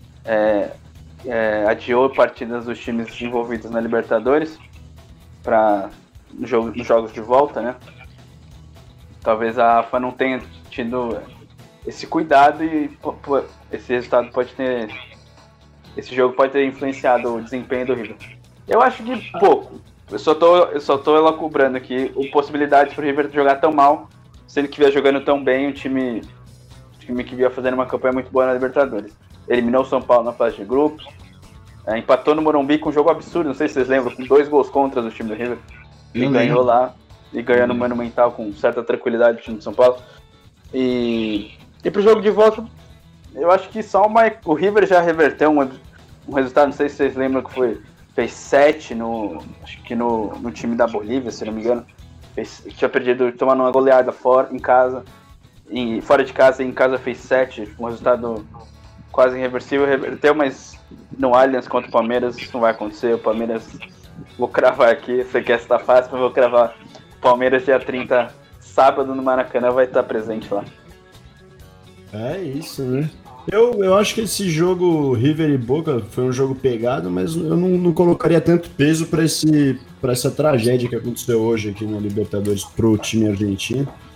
S2: adiou partidas dos times envolvidos na Libertadores para nos jogos de volta, né? Talvez a AFA não tenha tido esse cuidado e esse resultado esse jogo pode ter influenciado o desempenho do River. Eu acho que pouco. Eu só tô elacubrando aqui a possibilidade pro River jogar tão mal, sendo que vinha jogando tão bem, o time que vinha fazendo uma campanha muito boa na Libertadores. Eliminou o São Paulo na fase de grupos, empatou no Morumbi com um jogo absurdo, não sei se vocês lembram, com 2 gols contra do time do River. E ganhou lá, e ganhou no Monumental com certa tranquilidade do time de São Paulo. E pro jogo de volta, eu acho que o River já reverteu um resultado, não sei se vocês lembram que fez 7 acho que no time da Bolívia, se não me engano. Tinha perdido, tomando uma goleada fora de casa, e em casa fez 7, um resultado quase irreversível. Reverteu, mas no Allianz contra o Palmeiras isso não vai acontecer. O Palmeiras, vou cravar aqui, você quer estar fácil, mas vou cravar. Palmeiras dia 30, sábado no Maracanã, vai estar presente lá.
S3: É isso, né? Eu acho que esse jogo River e Boca foi um jogo pegado, mas eu não colocaria tanto peso para essa tragédia que aconteceu hoje aqui na Libertadores pro time argentino.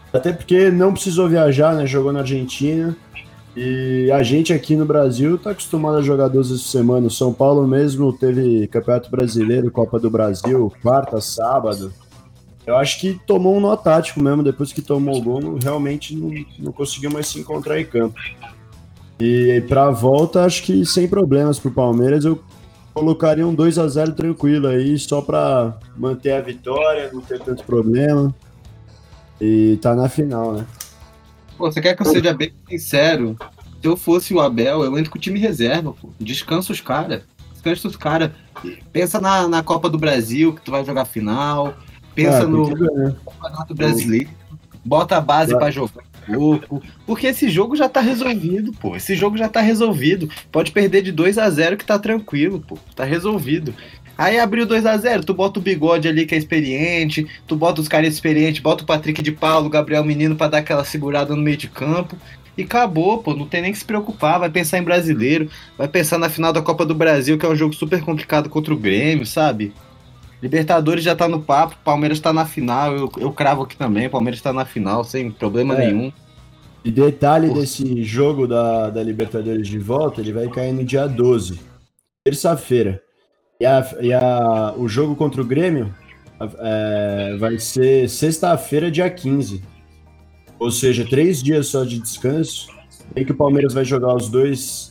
S3: Até porque não precisou viajar, né? Jogou na Argentina. E a gente aqui no Brasil tá acostumado a jogar 12 semanas. São Paulo mesmo teve Campeonato Brasileiro, Copa do Brasil, quarta, sábado. Eu acho que tomou um nó tático mesmo, depois que tomou o gol, realmente não conseguiu mais se encontrar em campo. E pra volta, acho que sem problemas pro Palmeiras, eu colocaria um 2-0 tranquilo aí, só pra manter a vitória, não ter tanto problema. E tá na final, né?
S1: Pô, você quer que eu seja bem sincero? Se eu fosse o Abel, eu entro com o time reserva, pô. Descansa os caras. Descansa os caras. Pensa na Copa do Brasil, que tu vai jogar final. Pensa no Campeonato Brasileiro. Bota a base pra jogar um pouco. Porque esse jogo já tá resolvido, pô. Esse jogo já tá resolvido. Pode perder de 2-0 que tá tranquilo, pô. Tá resolvido. Aí abriu 2-0, tu bota o Bigode ali que é experiente, tu bota os caras experientes, bota o Patrick de Paulo, o Gabriel Menino pra dar aquela segurada no meio de campo. E acabou, pô, não tem nem que se preocupar, vai pensar em brasileiro, vai pensar na final da Copa do Brasil, que é um jogo super complicado contra o Grêmio, sabe? Libertadores já tá no papo, Palmeiras tá na final, eu cravo aqui também, Palmeiras tá na final, sem problema nenhum.
S3: E detalhe desse jogo da Libertadores de volta, ele vai cair no dia 12, terça-feira. O jogo contra o Grêmio vai ser sexta-feira, dia 15. Ou seja, 3 dias só de descanso. E que o Palmeiras vai jogar os dois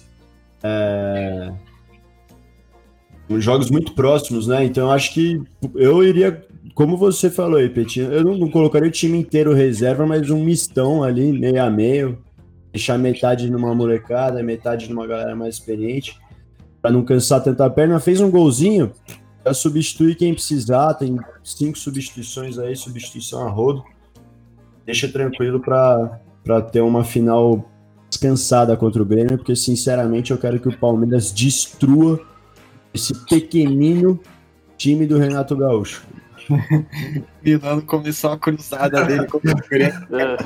S3: jogos muito próximos, né? Então, acho que eu iria, como você falou aí, Petinho, eu não colocaria o time inteiro reserva, mas um mistão ali, meio a meio. Deixar metade numa molecada, metade numa galera mais experiente. Para não cansar tanto a perna, fez um golzinho, já substitui quem precisar, tem 5 substituições aí, substituição a rodo, deixa tranquilo para ter uma final descansada contra o Grêmio, porque sinceramente eu quero que o Palmeiras destrua esse pequenino time do Renato Gaúcho.
S1: Milano começou a cruzada dele contra o Grêmio.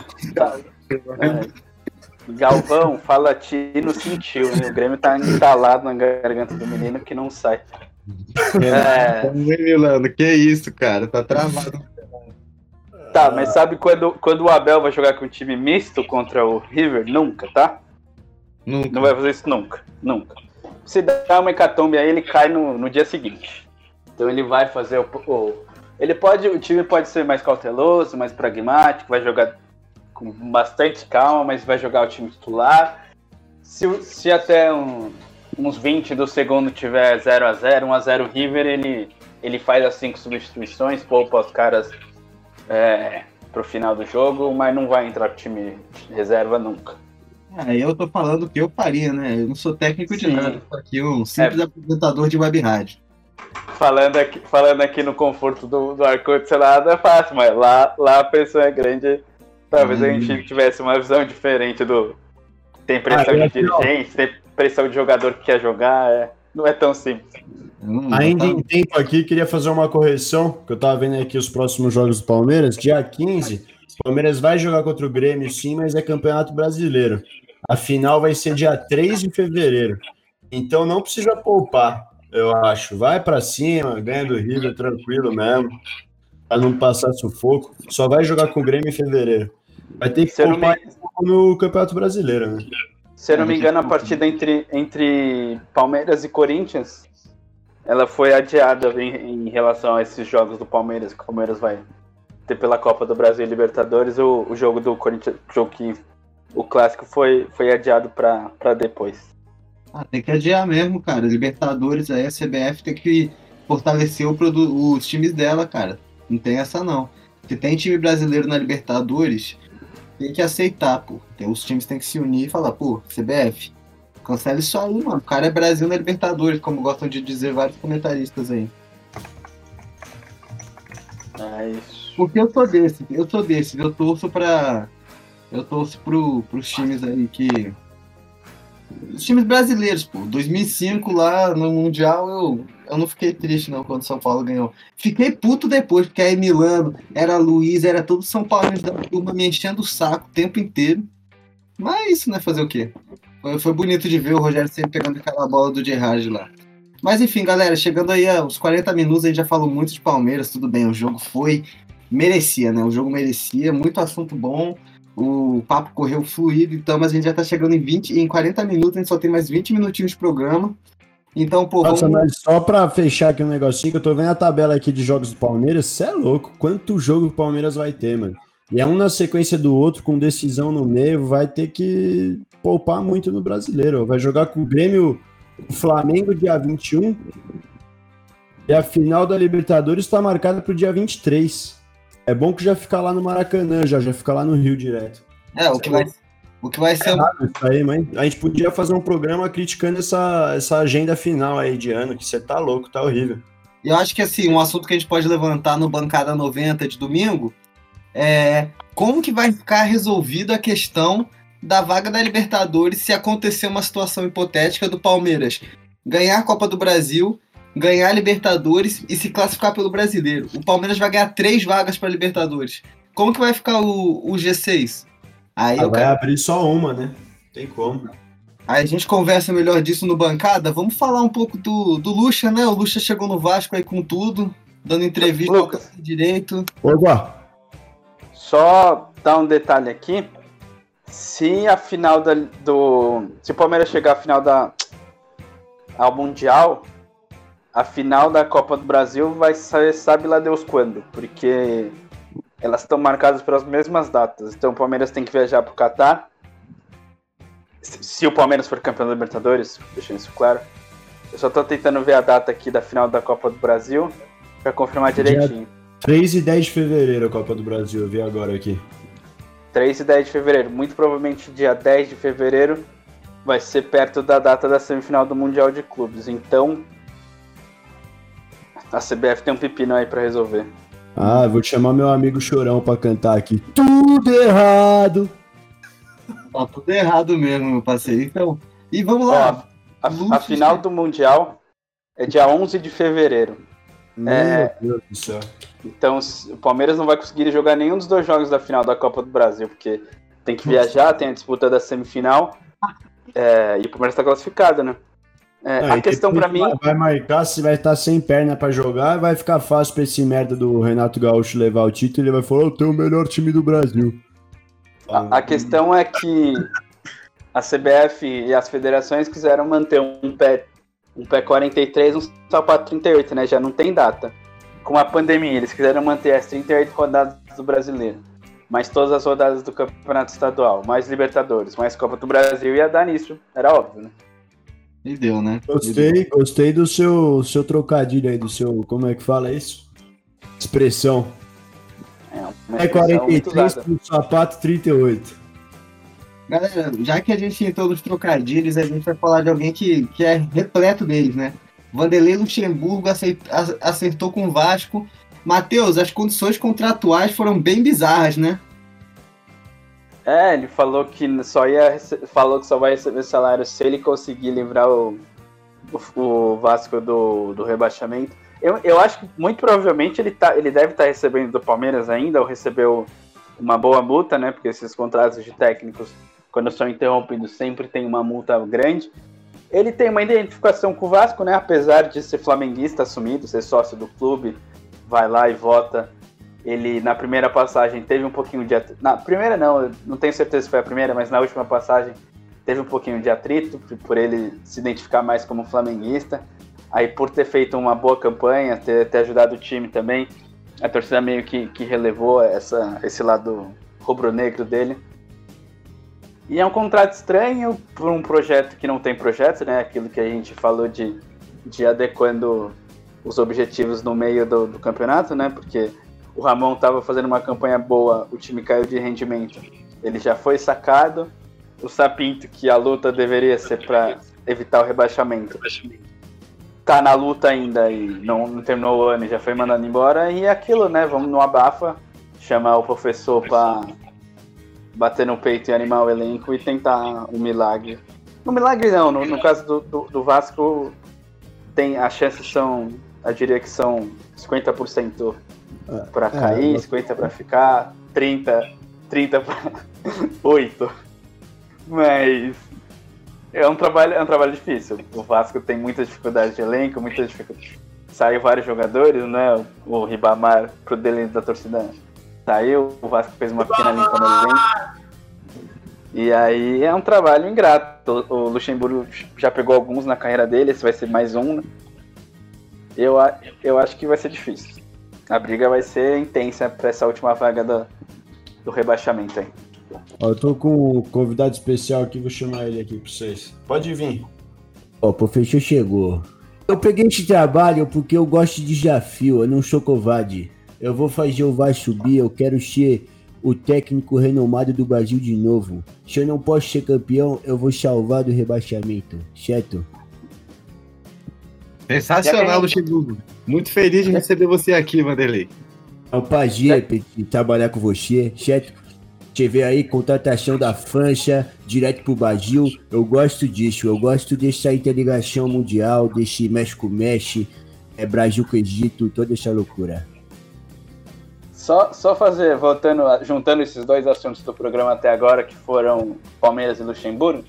S2: Galvão, Falatino sentiu, né? O Grêmio tá entalado na garganta do menino que não sai.
S1: Milano, que isso, cara? Tá travado.
S2: Tá, mas sabe quando o Abel vai jogar com um time misto contra o River? Nunca, tá?
S1: Nunca.
S2: Não vai fazer isso nunca. Se dá uma hecatombe aí, ele cai no dia seguinte. Então ele vai fazer o time pode ser mais cauteloso, mais pragmático, vai jogar com bastante calma, mas vai jogar o time titular. Se até uns 20 do segundo tiver 0-0, 1-0 River, ele faz as 5 substituições, poupa os caras pro final do jogo, mas não vai entrar com o time reserva nunca.
S1: Eu tô falando o que eu faria, né? Eu não sou técnico de nada, tô aqui um simples apresentador de web rádio.
S2: Falando aqui no conforto do ar-condicionado é fácil, mas lá a pressão é grande. Talvez a gente tivesse uma visão diferente tem pressão de dirigente, tem pressão de jogador que quer jogar, não é tão simples.
S3: Ainda em tempo aqui, queria fazer uma correção, que eu tava vendo aqui os próximos jogos do Palmeiras. Dia 15, o Palmeiras vai jogar contra o Grêmio, sim, mas é Campeonato Brasileiro. A final vai ser dia 3 de fevereiro. Então não precisa poupar, eu acho. Vai pra cima, ganha do River, tranquilo mesmo, pra não passar sufoco. Só vai jogar com o Grêmio em fevereiro. Vai ter que poupar no Campeonato Brasileiro, né?
S2: Se eu não me engano, a partida entre Palmeiras e Corinthians, ela foi adiada em relação a esses jogos do Palmeiras, que o Palmeiras vai ter pela Copa do Brasil e Libertadores. O jogo do Corinthians, o clássico foi adiado para depois.
S1: Tem que adiar mesmo, cara. Libertadores aí, a CBF tem que fortalecer os times dela, cara. Não tem essa não. Se tem time brasileiro na Libertadores, tem que aceitar, pô. Os times têm que se unir e falar, pô, CBF, cancela isso aí, mano. O cara é Brasil na Libertadores, como gostam de dizer vários comentaristas aí. Porque eu sou desses. Eu torço pros times aí que... Os times brasileiros, pô. 2005 lá no Mundial, eu não fiquei triste não quando o São Paulo ganhou. Fiquei puto depois, porque aí Milano, era Luiz, era todo São Paulo da turma me enchendo o saco o tempo inteiro. Mas isso, né? Fazer o quê? Foi bonito de ver o Rogério sempre pegando aquela bola do Gerrard lá. Mas enfim, galera, chegando aí aos 40 minutos, a gente já falou muito de Palmeiras, tudo bem, o jogo foi merecia, né? O jogo merecia, muito assunto bom, o papo correu fluido, então, mas a gente já tá chegando em 40 minutos, a gente só tem mais 20 minutinhos de programa. Então, pô,
S3: Nossa,
S1: vamos...
S3: mas só pra fechar aqui um negocinho, que eu tô vendo a tabela aqui de jogos do Palmeiras, você é louco, quanto jogo o Palmeiras vai ter, mano? E é um na sequência do outro, com decisão no meio, vai ter que poupar muito no Brasileiro. Vai jogar com o Grêmio, o Flamengo dia 21, e a final da Libertadores tá marcada pro dia 23. É bom que já fica lá no Maracanã, já fica lá no Rio direto.
S1: o que vai ser...
S3: Isso aí, mãe. A gente podia fazer um programa criticando essa agenda final aí de ano, que você tá louco, tá horrível.
S1: Eu acho que, assim, um assunto que a gente pode levantar no Bancada 90 de domingo é como que vai ficar resolvida a questão da vaga da Libertadores se acontecer uma situação hipotética do Palmeiras ganhar a Copa do Brasil, ganhar a Libertadores e se classificar pelo Brasileiro. O Palmeiras vai ganhar 3 vagas para Libertadores. Como que vai ficar o G6? Aí
S3: vai abrir só uma, né? Tem como.
S1: Aí a gente conversa melhor disso no Bancada. Vamos falar um pouco do Lucha, né? O Lucha chegou no Vasco aí com tudo, dando entrevista
S2: Lucas,
S1: direito.
S3: Opa!
S2: Só dar um detalhe aqui. Se a final se o Palmeiras chegar à final ao Mundial, a final da Copa do Brasil vai ser, sabe lá Deus quando, porque elas estão marcadas pelas mesmas datas. Então o Palmeiras tem que viajar para o Catar. Se o Palmeiras for campeão da Libertadores, deixando isso claro. Eu só tô tentando ver a data aqui da final da Copa do Brasil para confirmar direitinho.
S3: 3 e 10 de fevereiro a Copa do Brasil, eu vi agora aqui.
S2: 3 e 10 de fevereiro. Muito provavelmente dia 10 de fevereiro vai ser perto da data da semifinal do Mundial de Clubes. Então, a CBF tem um pepino aí pra resolver.
S3: Eu vou chamar meu amigo Chorão pra cantar aqui. Tudo errado!
S1: Tá tudo errado mesmo, meu parceiro. Então, e vamos lá.
S2: A final do Mundial é dia 11 de fevereiro.
S3: Meu Deus do céu.
S2: Então, o Palmeiras não vai conseguir jogar nenhum dos 2 jogos da final da Copa do Brasil, porque tem que viajar, tem a disputa da semifinal, e o Palmeiras tá classificado, né? A questão pra mim...
S3: Vai marcar, se vai estar sem perna pra jogar, vai ficar fácil pra esse merda do Renato Gaúcho levar o título, ele vai falar, eu tenho o melhor time do Brasil.
S2: A questão é que a CBF e as federações quiseram manter um pé 43, um sapato 38, né? Já não tem data. Com a pandemia, eles quiseram manter as 38 rodadas do Brasileiro, mais todas as rodadas do Campeonato Estadual, mais Libertadores, mais Copa do Brasil, ia dar nisso, era óbvio, né?
S1: E deu, né?
S3: Gostei do seu trocadilho aí, do seu, como é que fala isso? Expressão. É 43 com sapato 38.
S1: Galera, já que a gente entrou nos trocadilhos, a gente vai falar de alguém que é repleto deles, né? Vanderlei Luxemburgo acertou com o Vasco. Matheus, as condições contratuais foram bem bizarras, né?
S2: Ele falou que só vai receber salário se ele conseguir livrar o Vasco do rebaixamento. Eu acho que muito provavelmente ele deve estar recebendo do Palmeiras ainda, ou recebeu uma boa multa, né? Porque esses contratos de técnicos, quando são interrompidos, sempre tem uma multa grande. Ele tem uma identificação com o Vasco, né? Apesar de ser flamenguista assumido, ser sócio do clube, vai lá e vota. Ele, na primeira passagem, teve um pouquinho de atrito. Na primeira não tenho certeza se foi a primeira, mas na última passagem teve um pouquinho de atrito, por ele se identificar mais como flamenguista. Aí, por ter feito uma boa campanha, ter ajudado o time também, a torcida meio que relevou esse lado rubro-negro dele. E é um contrato estranho por um projeto que não tem projeto, né? Aquilo que a gente falou de adequando os objetivos no meio do campeonato, né? Porque o Ramon estava fazendo uma campanha boa, o time caiu de rendimento, ele já foi sacado. O Sapinto, que a luta deveria ser para evitar o rebaixamento, tá na luta ainda e não terminou o ano e já foi mandado embora. E é aquilo, né? Vamos no abafa, chamar o professor para bater no peito e animar o elenco e tentar um milagre. Um milagre não, no caso do Vasco, as chances são, eu diria que são 50% para cair, 50% para ficar, 30% para 8%. Mas é um trabalho difícil. O Vasco tem muita dificuldade de elenco, muita dificuldade. saiu vários jogadores, né? O Ribamar, pro delírio da torcida, saiu, o Vasco fez uma pequena limpa no elenco. E aí é um trabalho ingrato. O Luxemburgo já pegou alguns na carreira dele, esse vai ser mais um, né? Eu acho que vai ser difícil. A briga vai ser intensa para essa última vaga do rebaixamento aí.
S3: Ó, eu tô com um convidado especial aqui, vou chamar ele aqui pra vocês. Pode vir.
S5: Ó, o professor chegou. Eu peguei esse trabalho porque eu gosto de desafio, eu não sou covarde. Eu vou fazer o Vasco subir, eu quero ser o técnico renomado do Brasil de novo. Se eu não posso ser campeão, eu vou salvar do rebaixamento, certo?
S1: Sensacional, Luxemburgo. Muito feliz de receber você aqui, Vanderlei.
S5: É um prazer trabalhar com você, certo? Você vê aí, contratação da França, direto pro Brasil. Eu gosto disso, eu gosto dessa interligação mundial, desse México-Mexe, Brasil com Egito, toda essa loucura.
S2: Só fazer, juntando esses dois assuntos do programa até agora, que foram Palmeiras e Luxemburgo,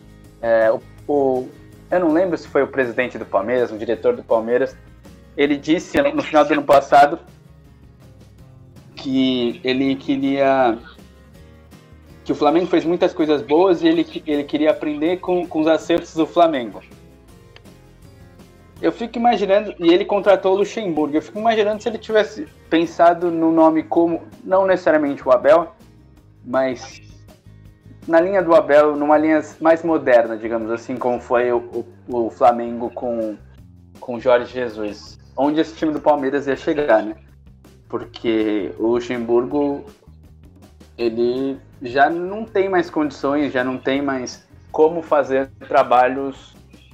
S2: eu não lembro se foi o presidente do Palmeiras, o diretor do Palmeiras, ele disse no final do ano passado que ele queria... que o Flamengo fez muitas coisas boas e ele queria aprender com os acertos do Flamengo. Eu fico imaginando, e ele contratou o Luxemburgo, eu fico imaginando se ele tivesse pensado no nome como, não necessariamente o Abel, mas na linha do Abel, numa linha mais moderna, digamos assim, como foi o Flamengo com o Jorge Jesus, onde esse time do Palmeiras ia chegar, né? Porque o Luxemburgo, ele já não tem mais condições, já não tem mais como fazer trabalhos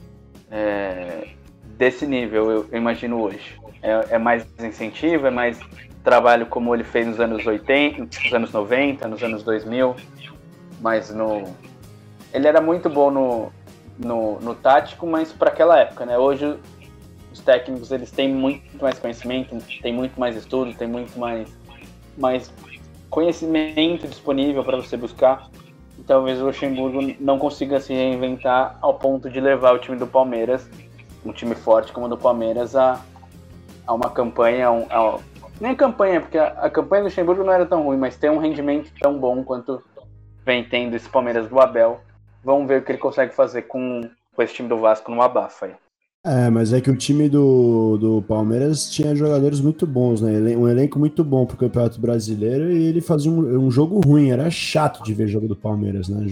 S2: desse nível, eu imagino hoje. É mais incentivo, é mais trabalho como ele fez nos anos 80, nos anos 90, nos anos 2000, mas ele era muito bom no tático, mas para aquela época, né? Hoje os técnicos, eles têm muito mais conhecimento, têm muito mais estudo, têm muito mais conhecimento disponível para você buscar. E talvez o Luxemburgo não consiga se reinventar ao ponto de levar o time do Palmeiras, um time forte como o do Palmeiras, a uma campanha, nem campanha, porque a campanha do Luxemburgo não era tão ruim, mas ter um rendimento tão bom quanto vem tendo esse Palmeiras do Abel. Vamos ver o que ele consegue fazer com esse time do Vasco numa abafa aí.
S3: Mas é que o time do Palmeiras tinha jogadores muito bons, né? Um elenco muito bom pro Campeonato Brasileiro, e ele fazia um jogo ruim, era chato de ver jogo do Palmeiras, né?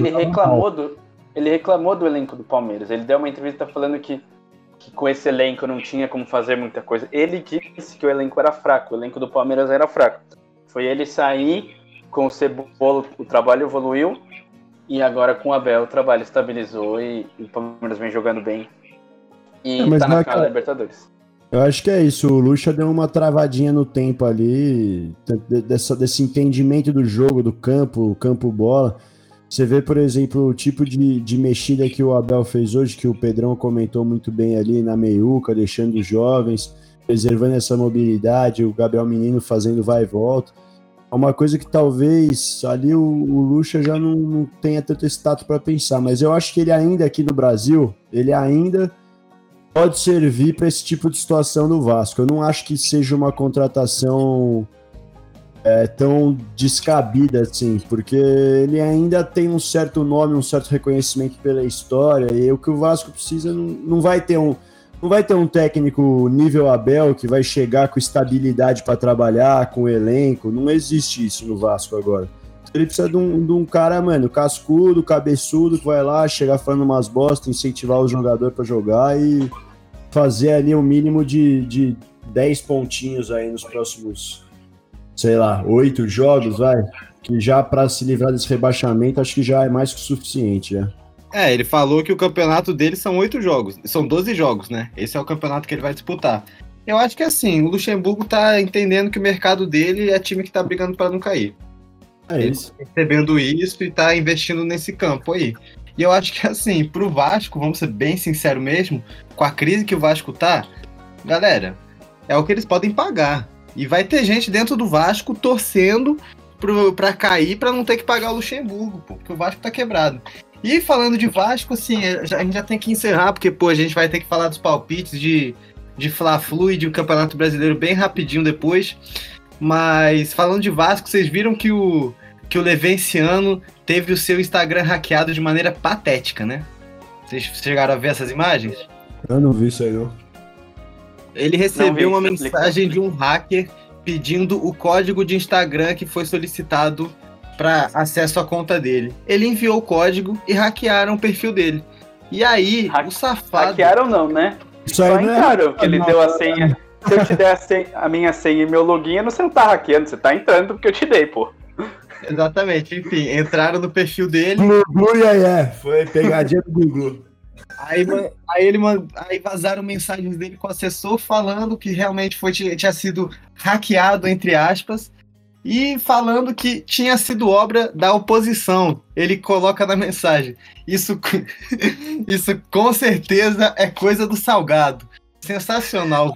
S2: Ele reclamou do elenco do Palmeiras, ele deu uma entrevista falando que com esse elenco não tinha como fazer muita coisa. Ele disse que o elenco era fraco, o elenco do Palmeiras era fraco. Foi ele sair com o Cebola, o trabalho evoluiu, e agora com o Abel o trabalho estabilizou e o Palmeiras vem jogando bem. E tá na final da Libertadores.
S3: Eu acho que é isso, o Lucha deu uma travadinha no tempo ali, desse entendimento do jogo, do campo bola. Você vê, por exemplo, o tipo de mexida que o Abel fez hoje, que o Pedrão comentou muito bem ali na meiuca, deixando os jovens, preservando essa mobilidade, o Gabriel Menino fazendo vai e volta. É uma coisa que talvez ali o Lucha já não tenha tanto esse tato para pensar, mas eu acho que ele ainda aqui no Brasil, ele ainda pode servir para esse tipo de situação no Vasco. Eu não acho que seja uma contratação tão descabida assim, porque ele ainda tem um certo nome, um certo reconhecimento pela história, e o que o Vasco precisa não vai ter um técnico nível Abel que vai chegar com estabilidade para trabalhar, com elenco. Não existe isso no Vasco agora. Ele precisa de um cara, mano, cascudo, cabeçudo, que vai lá, chegar falando umas bostas, incentivar o jogador para jogar e fazer ali o mínimo de 10 pontinhos aí nos próximos, sei lá, 8 jogos, vai. Que já para se livrar desse rebaixamento, acho que já é mais que o suficiente, já.
S1: Ele falou que o campeonato dele são 8 jogos. São 12 jogos, né? Esse é o campeonato que ele vai disputar. Eu acho que assim, o Luxemburgo tá entendendo que o mercado dele é time que tá brigando para não cair. Ele tá percebendo isso e tá investindo nesse campo aí. E eu acho que assim, pro Vasco, vamos ser bem sinceros mesmo, com a crise que o Vasco tá, galera, é o que eles podem pagar. E vai ter gente dentro do Vasco torcendo pra cair, pra não ter que pagar o Luxemburgo, porque o Vasco tá quebrado. E falando de Vasco, assim, a gente já tem que encerrar, porque, a gente vai ter que falar dos palpites de de Fla-Flu e de um Campeonato Brasileiro bem rapidinho depois. Mas falando de Vasco, vocês viram que o Levenciano teve o seu Instagram hackeado de maneira patética, né? Vocês chegaram a ver essas imagens?
S3: Eu não vi isso aí, não.
S1: Ele recebeu uma mensagem de um hacker pedindo o código de Instagram que foi solicitado para acesso à conta dele. Ele enviou o código e hackearam o perfil dele. E aí, o safado...
S2: Hackearam não, né?
S3: Isso aí
S2: Só
S3: não é...
S2: entraram, que ele deu a senha. Se eu te der a minha senha e meu login, você não tá hackeando, você tá entrando porque eu te dei, pô.
S1: Exatamente, enfim, entraram no perfil dele.
S3: Foi pegadinha do Google.
S1: Aí vazaram mensagens dele com o assessor falando que realmente tinha sido hackeado, entre aspas, e falando que tinha sido obra da oposição. Ele coloca na mensagem: isso com certeza é coisa do Salgado. Sensacional.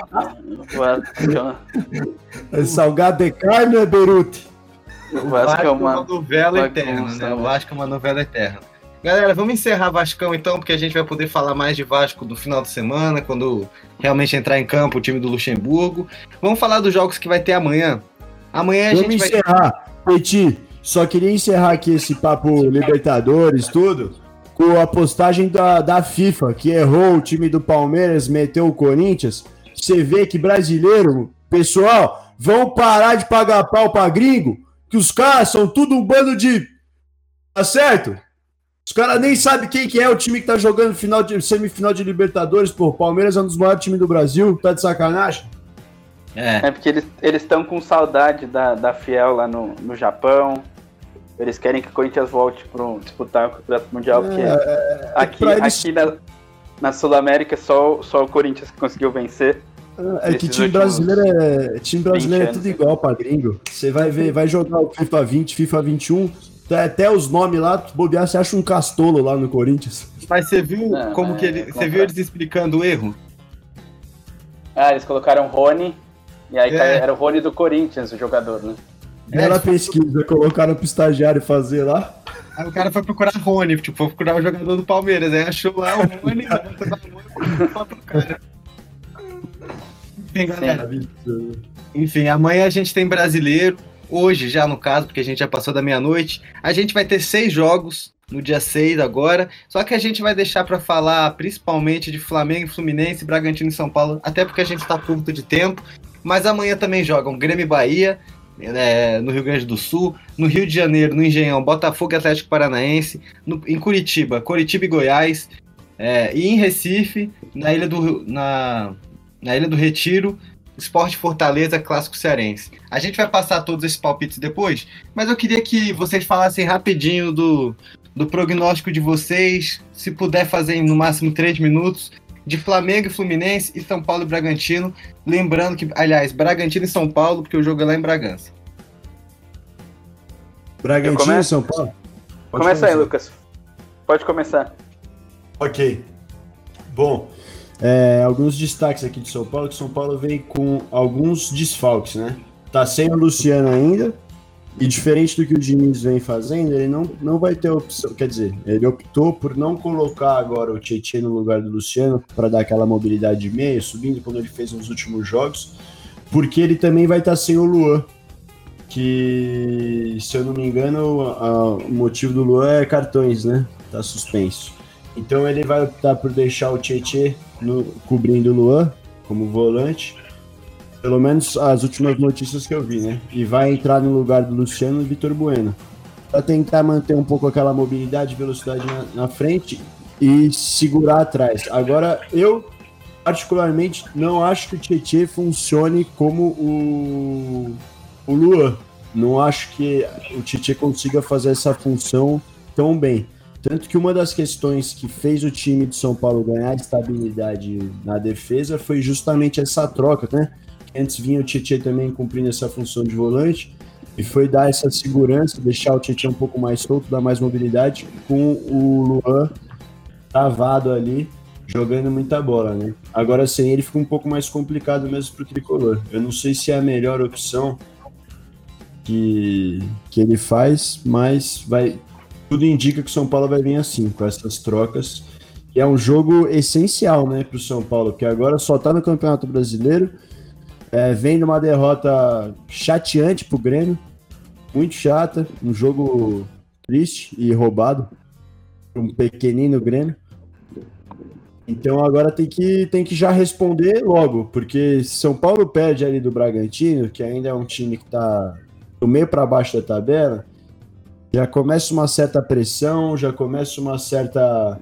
S3: Salgado de carne é Beirute?
S1: O Vasco é uma novela eterna, né? O Vasco é uma novela eterna. Galera, vamos encerrar Vascão então, porque a gente vai poder falar mais de Vasco no final de semana, quando realmente entrar em campo o time do Luxemburgo. Vamos falar dos jogos que vai ter amanhã. Amanhã a gente vai
S3: encerrar, Petit. Só queria encerrar aqui esse papo Libertadores, tudo, com a postagem da FIFA, que errou o time do Palmeiras, meteu o Corinthians. Você vê que brasileiro, pessoal, vão parar de pagar pau pra gringo, que os caras são tudo um bando de... Tá certo? Os caras nem sabem quem que é o time que tá jogando semifinal de Libertadores, pô. Palmeiras é um dos maiores times do Brasil, tá de sacanagem?
S2: É porque eles estão com saudade da Fiel lá no Japão. Eles querem que o Corinthians volte para disputar o Campeonato Mundial, porque aqui na Sul-América só o Corinthians que conseguiu vencer.
S3: É que time brasileiro é tudo igual pra gringo. Você vai ver, vai jogar o FIFA 20, FIFA 21, até os nomes lá, bobear, você acha um Castolo lá no Corinthians.
S1: Mas você viu você viu eles explicando o erro?
S2: Eles colocaram Rony, e aí era o Rony do Corinthians, o jogador, né?
S3: Bela pesquisa, colocaram pro estagiário fazer lá.
S1: Aí o cara foi procurar Rony, foi procurar o jogador do Palmeiras, aí achou lá o Rony, Enfim, galera. Enfim, amanhã a gente tem brasileiro, hoje já no caso, porque a gente já passou da meia-noite. A gente vai ter 6 jogos no dia 6 agora, só que a gente vai deixar para falar principalmente de Flamengo, Fluminense, Bragantino e São Paulo, até porque a gente está curto de tempo. Mas amanhã também jogam Grêmio e Bahia, no Rio Grande do Sul, no Rio de Janeiro, no Engenhão, Botafogo e Atlético Paranaense, em Curitiba e Goiás, e em Recife, na Ilha do Retiro, Sport Fortaleza, Clássico Cearense. A gente vai passar todos esses palpites depois, mas eu queria que vocês falassem rapidinho do prognóstico de vocês, se puder fazer em no máximo 3 minutos, de Flamengo e Fluminense e São Paulo e Bragantino. Lembrando que, aliás, Bragantino e São Paulo, porque o jogo é lá em Bragança.
S3: Bragantino e São Paulo?
S2: Começa aí, Lucas. Pode começar.
S3: Ok. Bom, alguns destaques aqui de São Paulo, que São Paulo vem com alguns desfalques, né? Tá sem o Luciano ainda, e diferente do que o Diniz vem fazendo, ele não vai ter opção, quer dizer, ele optou por não colocar agora o Tietchan no lugar do Luciano para dar aquela mobilidade de meio, subindo como ele fez nos últimos jogos, porque ele também vai estar sem o Luan, que, se eu não me engano, o motivo do Luan é cartões, né? Tá suspenso. Então ele vai optar por deixar o Tietchan cobrindo o Luan como volante, pelo menos as últimas notícias que eu vi, né? E vai entrar no lugar do Luciano e Vitor Bueno, para tentar manter um pouco aquela mobilidade e velocidade na frente e segurar atrás. Agora, eu particularmente não acho que o Tietchan funcione como o Luan. Não acho que o Tietchan consiga fazer essa função tão bem. Tanto que uma das questões que fez o time de São Paulo ganhar estabilidade na defesa foi justamente essa troca, né? Antes vinha o Tietchan também cumprindo essa função de volante, e foi dar essa segurança, deixar o Tietchan um pouco mais solto, dar mais mobilidade, com o Luan travado ali, jogando muita bola, né? Agora sem ele fica um pouco mais complicado mesmo pro tricolor. Eu não sei se é a melhor opção que ele faz, mas tudo indica que o São Paulo vai vir assim, com essas trocas, E é um jogo essencial, né, pro São Paulo, que agora só tá no Campeonato Brasileiro, vem numa derrota chateante pro Grêmio, muito chata, um jogo triste e roubado, um pequenino Grêmio. Então agora tem que já responder logo, porque se São Paulo perde ali do Bragantino, que ainda é um time que tá do meio para baixo da tabela, já começa uma certa pressão, já começa uma certa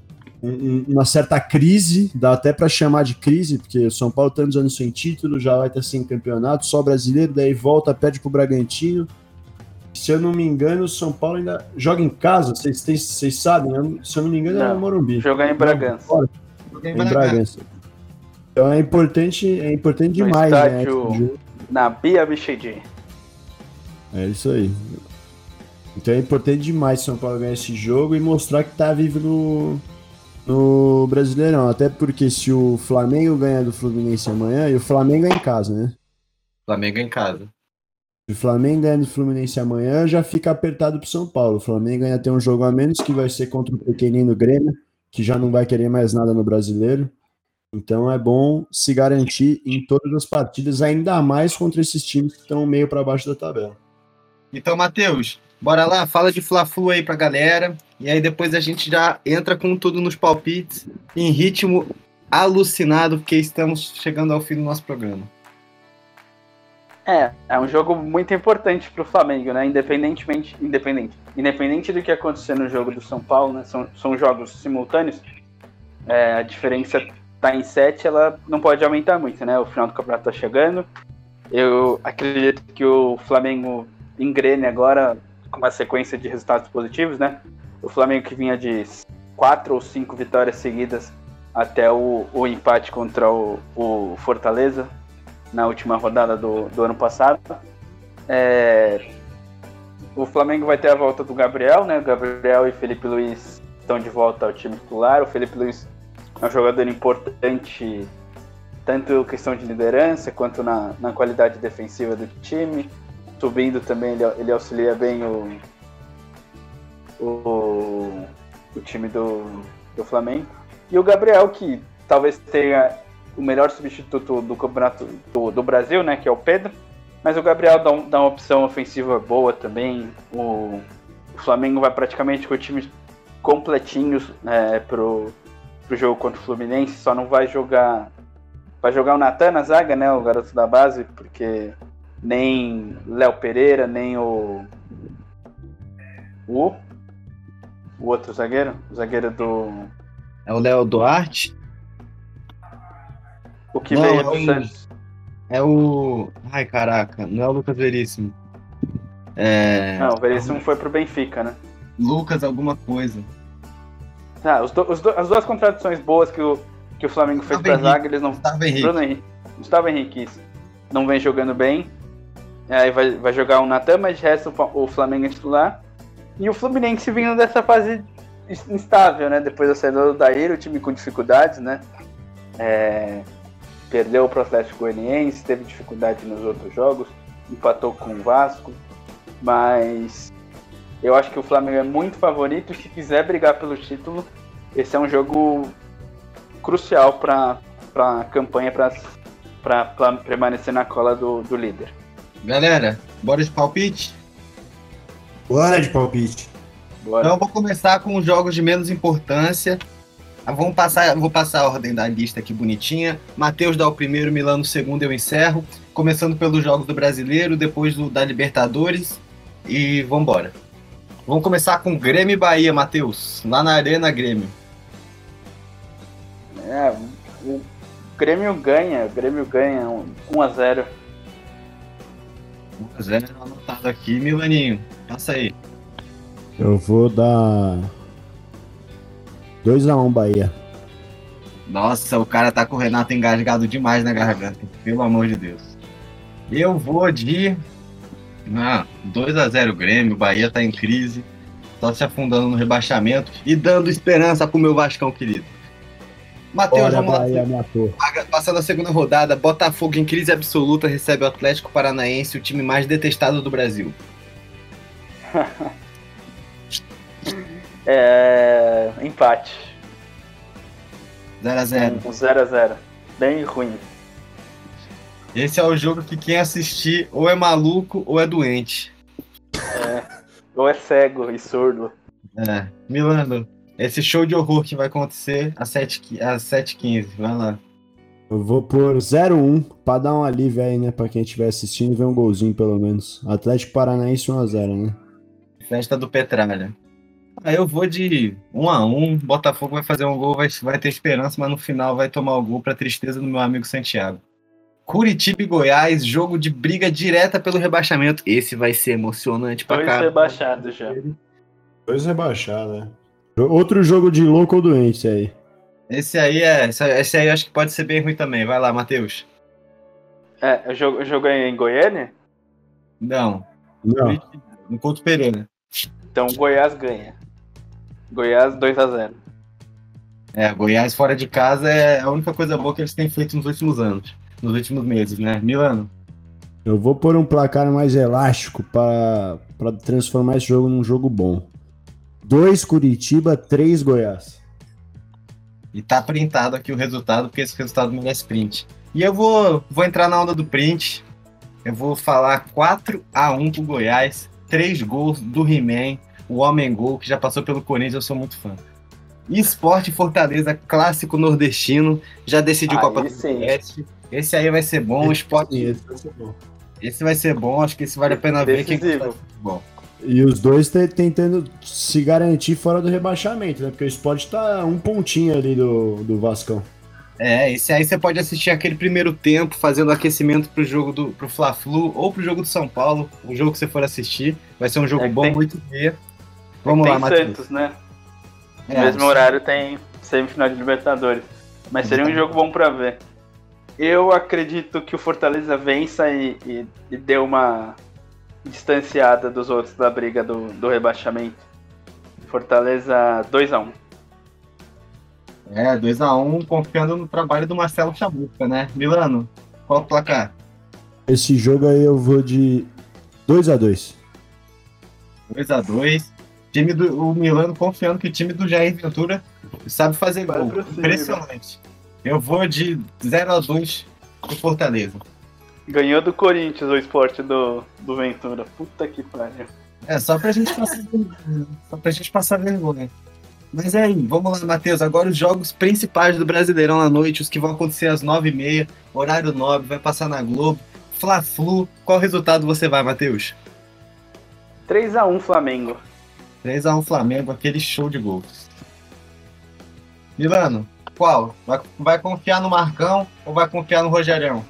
S3: crise, dá até para chamar de crise, porque o São Paulo tá 2 anos sem título, já vai estar sem campeonato, só brasileiro, daí volta, perde pro Bragantino. Se eu não me engano, o São Paulo ainda joga em casa, vocês sabem, se eu não me engano é no Morumbi.
S2: Jogar em Bragança.
S3: Em Bragança. Então é importante demais, né?
S2: Na Bia Bichedi.
S3: É isso aí. Então é importante demais o São Paulo ganhar esse jogo e mostrar que tá vivo no Brasileirão. Até porque se o Flamengo ganhar do Fluminense amanhã, e o Flamengo é em casa, né?
S1: Flamengo é em casa.
S3: Se o Flamengo ganhar do Fluminense amanhã, já fica apertado pro São Paulo. O Flamengo ainda tem um jogo a menos, que vai ser contra o pequenino Grêmio, que já não vai querer mais nada no Brasileiro. Então é bom se garantir em todas as partidas, ainda mais contra esses times que estão meio para baixo da tabela.
S1: Então, Matheus, bora lá, fala de Fla-Flu aí pra galera, e aí depois a gente já entra com tudo nos palpites, em ritmo alucinado, porque estamos chegando ao fim do nosso programa.
S2: É um jogo muito importante pro Flamengo, né? Independente do que acontecer no jogo do São Paulo, né? São jogos simultâneos. A diferença tá em 7, ela não pode aumentar muito, né? O final do campeonato tá chegando. Eu acredito que o Flamengo engrene agora com uma sequência de resultados positivos, né? O Flamengo que vinha de 4 ou 5 vitórias seguidas até o empate contra o Fortaleza na última rodada do ano passado. O Flamengo vai ter a volta do Gabriel, né? O Gabriel e Felipe Luiz estão de volta ao time titular. O Felipe Luiz é um jogador importante, tanto questão de liderança quanto na qualidade defensiva do time. Subindo também, ele auxilia bem o time do Flamengo. E o Gabriel, que talvez tenha o melhor substituto do campeonato do Brasil, né, que é o Pedro, mas o Gabriel dá uma opção ofensiva boa também. O Flamengo vai praticamente com o time completinho pro jogo contra o Fluminense, só não vai jogar o Natan na zaga, né, o garoto da base, porque nem Léo Pereira, nem o outro zagueiro, o zagueiro do...
S1: É o Léo Duarte?
S2: O que veio do Santos.
S1: É o... Ai, caraca, não é o Lucas Veríssimo.
S2: Não, o Veríssimo foi pro Benfica, né?
S1: Lucas alguma coisa.
S2: As duas contradições boas que o Flamengo fez pra zaga, eles não... Gustavo Henrique, isso. Não vem jogando bem. Aí vai jogar o Natan, mas de resto o Flamengo é titular. E o Fluminense vindo dessa fase instável, né? Depois da saída do Daír, o time com dificuldades, né? Perdeu pro Atlético Goianiense, teve dificuldade nos outros jogos, empatou com o Vasco, mas eu acho que o Flamengo é muito favorito e se quiser brigar pelo título, esse é um jogo crucial para a campanha, para permanecer na cola do líder.
S1: Galera, bora de palpite?
S3: Bora de palpite.
S2: Bora.
S1: Então, eu vou começar com os jogos de menos importância. Vou passar a ordem da lista aqui bonitinha. Matheus dá o primeiro, Milano o segundo, eu encerro. Começando pelos jogos do Brasileiro, depois da Libertadores. E vambora. Vamos começar com Grêmio e Bahia, Matheus. Lá na Arena, Grêmio.
S2: O Grêmio ganha 1-0.
S1: 1-0 anotado aqui, Milaninho. Passa aí.
S3: Eu vou dar 2-1 Bahia.
S1: Nossa, o cara tá com o Renato engasgado demais na garganta. Pelo amor de Deus. Eu vou de 2-0 Grêmio. O Bahia tá em crise. Só se afundando no rebaixamento e dando esperança pro meu Vascão querido. Matheus, vamos
S3: Bahia,
S1: lá. Passando a segunda rodada, Botafogo em crise absoluta recebe o Atlético Paranaense, o time mais detestado do Brasil.
S2: Empate.
S1: 0x0.
S2: Um 0x0. Bem ruim.
S1: Esse é o jogo que quem assistir ou é maluco ou é doente.
S2: Ou é cego e surdo.
S1: Milano, esse show de horror que vai acontecer às 7h15. Vai lá.
S3: Eu vou por 0-1 pra dar um alívio aí, né? Pra quem estiver assistindo e ver um golzinho pelo menos. Atlético Paranaense 1x0, né?
S1: Festa do Petralha. Aí eu vou de 1x1. Botafogo vai fazer um gol, vai ter esperança, mas no final vai tomar o gol pra tristeza do meu amigo Santiago. Curitiba e Goiás, jogo de briga direta pelo rebaixamento. Esse vai ser emocionante pra
S2: 2
S1: cá.
S2: rebaixados já.
S3: 2 rebaixados, né? Outro jogo de louco ou doente aí.
S1: Esse aí eu acho que pode ser bem ruim também. Vai lá, Matheus.
S2: O jogo é em Goiânia?
S1: Não.
S3: Não.
S1: No Couto Pereira.
S2: Então Goiás ganha. Goiás 2x0.
S1: Goiás fora de casa é a única coisa boa que eles têm feito nos últimos anos. Nos últimos meses, né? Milano.
S3: Eu vou pôr um placar mais elástico pra transformar esse jogo num jogo bom. 2 Curitiba, 3 Goiás.
S1: E tá printado aqui o resultado, porque esse resultado merece print. E eu vou entrar na onda do print. Eu vou falar 4x1 pro Goiás. 3 gols do He-Man, o Homem Gol, que já passou pelo Corinthians, eu sou muito fã. Sport Fortaleza, clássico nordestino. Já decidiu Copa do Nordeste. Esse aí vai ser bom. Esse vai ser bom. Acho que esse vale a pena ver. Quem gosta de futebol.
S3: E os dois tentando se garantir fora do rebaixamento, né? Porque o Sport tá um pontinho ali do Vascão.
S1: Esse aí você pode assistir aquele primeiro tempo, fazendo aquecimento pro jogo pro Fla-Flu ou pro jogo do São Paulo. O jogo que você for assistir. Vai ser um jogo bom, muito ver. Vamos lá, Matheus.
S2: Santos, né? No mesmo horário tem semifinal de Libertadores. Mas seria um jogo bom pra ver. Eu acredito que o Fortaleza vença e dê uma distanciada dos outros da briga do rebaixamento. Fortaleza 2x1.
S1: 2x1, confiando no trabalho do Marcelo Chamusca, né? Milano, qual o placar?
S3: Esse jogo aí eu vou de 2x2.
S1: 2x2. O Milano confiando que o time do Jair Ventura sabe fazer gol. Impressionante. Eu vou de 0x2 pro Fortaleza.
S2: Ganhou do Corinthians o Sport do Ventura. Puta que pariu.
S1: Só pra gente passar vergonha. Só pra gente passar vergonha. Mas aí, vamos lá, Matheus. Agora os jogos principais do Brasileirão à noite, os que vão acontecer às 9h30, horário nobre, vai passar na Globo. Fla-Flu. Qual resultado você vai, Matheus?
S2: 3x1 Flamengo.
S1: 3x1 Flamengo, aquele show de gols. Milano, qual? Vai confiar no Marcão ou vai confiar no Rogerão?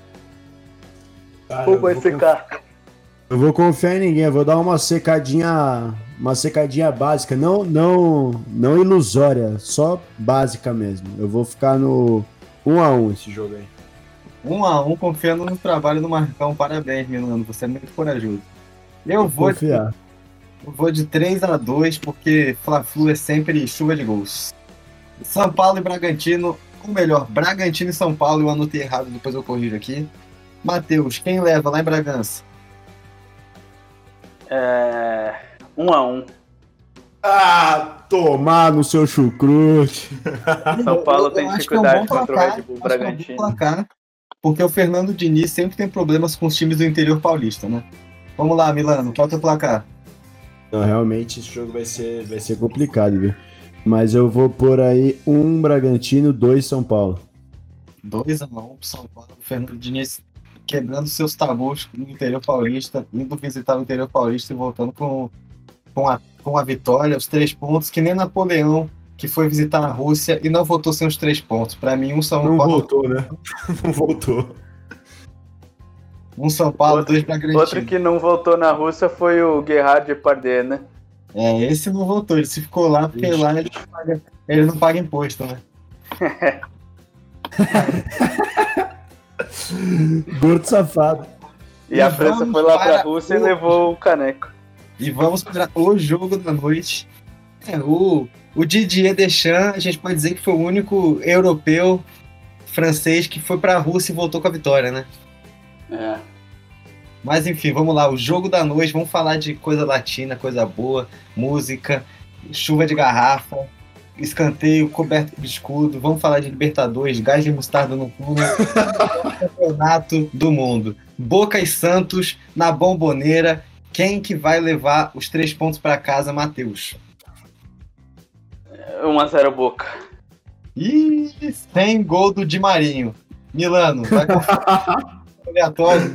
S3: Cara,
S2: Ou vai secar?
S3: Eu vou confiar em ninguém, eu vou dar uma secadinha básica, não ilusória, só básica mesmo. Eu vou ficar no 1x1 esse jogo aí.
S1: 1x1 confiando no trabalho do Marcão. Parabéns, Milano, você é muito corajoso. Eu vou
S3: confiar.
S1: Eu vou de 3x2, porque Fla-Flu é sempre chuva de gols. São Paulo e Bragantino, ou melhor, Bragantino e São Paulo, eu anotei errado, depois eu corrijo aqui. Matheus, quem leva lá em Bragança?
S2: 1x1.
S3: Tomar no seu chucrute.
S2: São Paulo tem dificuldade contra o Red Bull Bragantino.
S1: Porque o Fernando Diniz sempre tem problemas com os times do interior paulista, né? Vamos lá, Milano, qual é o teu placar?
S3: Não, realmente esse jogo vai ser complicado, viu? Mas eu vou por aí 1 Bragantino, 2 São Paulo.
S1: 2x1 pro São Paulo. O Fernando Diniz quebrando seus tabus no interior paulista, indo visitar o interior paulista e voltando com a vitória, os 3 pontos, que nem Napoleão, que foi visitar a Rússia e não voltou sem os 3 pontos. Para mim, um São Paulo...
S3: Não voltou, né? Não voltou.
S1: Um São Paulo, 2 Bragantino.
S2: Outro que não voltou na Rússia foi o Gerard Depardieu, né?
S1: Esse não voltou, ele se ficou lá porque lá ele não paga imposto, né?
S3: Gordo safado.
S2: E a França foi lá pra Rússia e levou o caneco.
S1: E vamos para o jogo da noite. O Didier Deschamps, a gente pode dizer que foi o único europeu francês que foi pra Rússia e voltou com a vitória, né? Mas enfim, vamos lá, o jogo da noite, vamos falar de coisa latina, coisa boa, música, chuva de garrafa. escanteio coberto por escudo, vamos falar de Libertadores, gás de mostarda no cu, campeonato do mundo. Boca e Santos na Bomboneira. Quem que vai levar os 3 pontos para casa, Matheus?
S2: 1-0 Boca.
S1: Ih, sem gol do Di Marinho. Milano, vai confiar aleatório.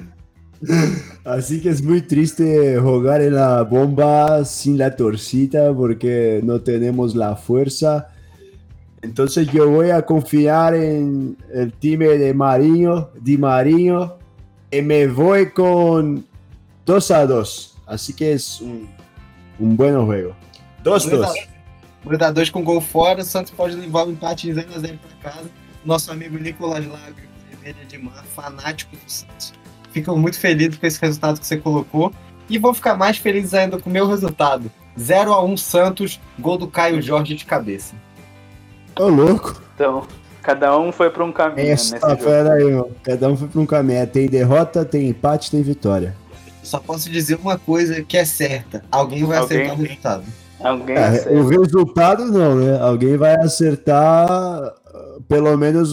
S5: Así que es muy triste jugar en la bomba sin la torcida porque no tenemos la fuerza. Entonces yo voy a confiar en el time de Di Marinho, y me voy con 2-2. Así que es un buen juego. 2-2.
S1: Libertadores com gol fora, o Santos pode levar o empate de 0-0 para casa. Nosso amigo Nicolas Lagre, Vermelha de Mar, fanático do Santos. Fico muito feliz com esse resultado que você colocou. E vou ficar mais feliz ainda com o meu resultado. 0-1 Santos, gol do Caio Jorge de cabeça.
S5: Ô, louco.
S2: Então, cada um foi para um caminho nesse jogo.
S5: Pera aí, ó. Cada um foi para um caminho. Tem derrota, tem empate, tem vitória.
S1: Só posso dizer uma coisa que é certa. Alguém vai acertar o resultado.
S2: Alguém acerta.
S5: O resultado não, né? Alguém vai acertar pelo menos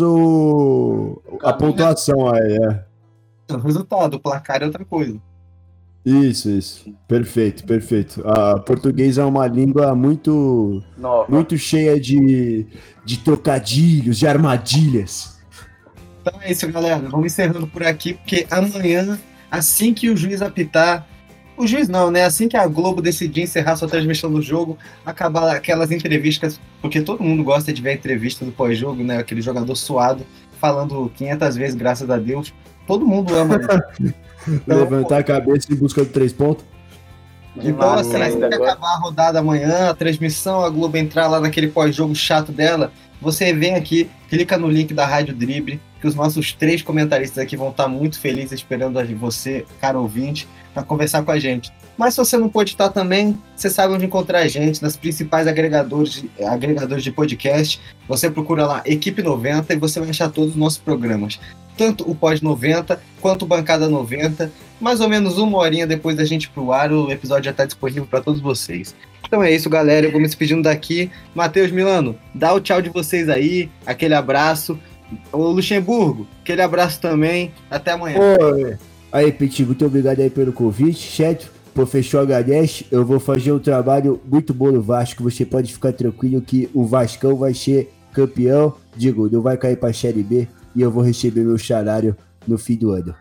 S5: a pontuação aí,
S1: O resultado, o placar é outra coisa.
S5: Isso. Perfeito. A português é uma língua muito cheia de trocadilhos, de armadilhas.
S1: Então é isso, galera. Vamos encerrando por aqui, porque amanhã, assim que o juiz apitar... O juiz não, né? Assim que a Globo decidir encerrar sua transmissão do jogo, acabar aquelas entrevistas, porque todo mundo gosta de ver a entrevista do pós-jogo, né? Aquele jogador suado, falando 500 vezes, graças a Deus. Todo mundo ama.
S5: Então, levantar a cabeça em busca de 3 pontos.
S1: Então, assim que acabar a rodada amanhã, a transmissão, a Globo entrar lá naquele pós-jogo chato dela, você vem aqui, clica no link da Rádio Drible, que os nossos 3 comentaristas aqui vão estar muito felizes esperando você, cara ouvinte, para conversar com a gente. Mas se você não pode estar também, você sabe onde encontrar a gente, nas principais agregadores de podcast. Você procura lá Equipe 90 e você vai achar todos os nossos programas. Tanto o Pós 90 quanto o Bancada 90. Mais ou menos 1 horinha depois da gente ir pro ar, o episódio já está disponível para todos vocês. Então é isso, galera. Eu vou me despedindo daqui. Matheus, Milano, dá o tchau de vocês aí. Aquele abraço. Ô, Luxemburgo, aquele abraço também. Até amanhã.
S5: Oi. Aí, Petit, muito obrigado aí pelo convite. Certo? Professor Agradece. Eu vou fazer um trabalho muito bom no Vasco. Você pode ficar tranquilo que o Vascão vai ser campeão. Digo, não vai cair pra Série B. E eu vou receber meu salário no fim do ano.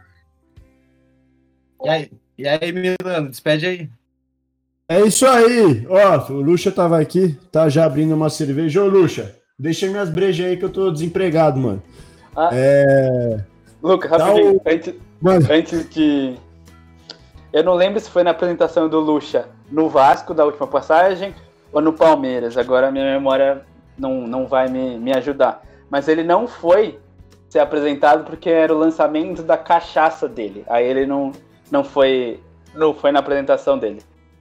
S1: E aí, Milano, despede aí.
S5: É isso aí. Ó, o Lucha tava aqui, tá já abrindo uma cerveja. Ô, Lucha, deixa minhas brejas aí que eu tô desempregado, mano.
S2: Lucas, rapidinho. Antes de... Eu não lembro se foi na apresentação do Lucha no Vasco, da última passagem, ou no Palmeiras. Agora a minha memória não vai me ajudar. Mas ele não foi ser apresentado porque era o lançamento da cachaça dele. Aí ele não foi na apresentação dele.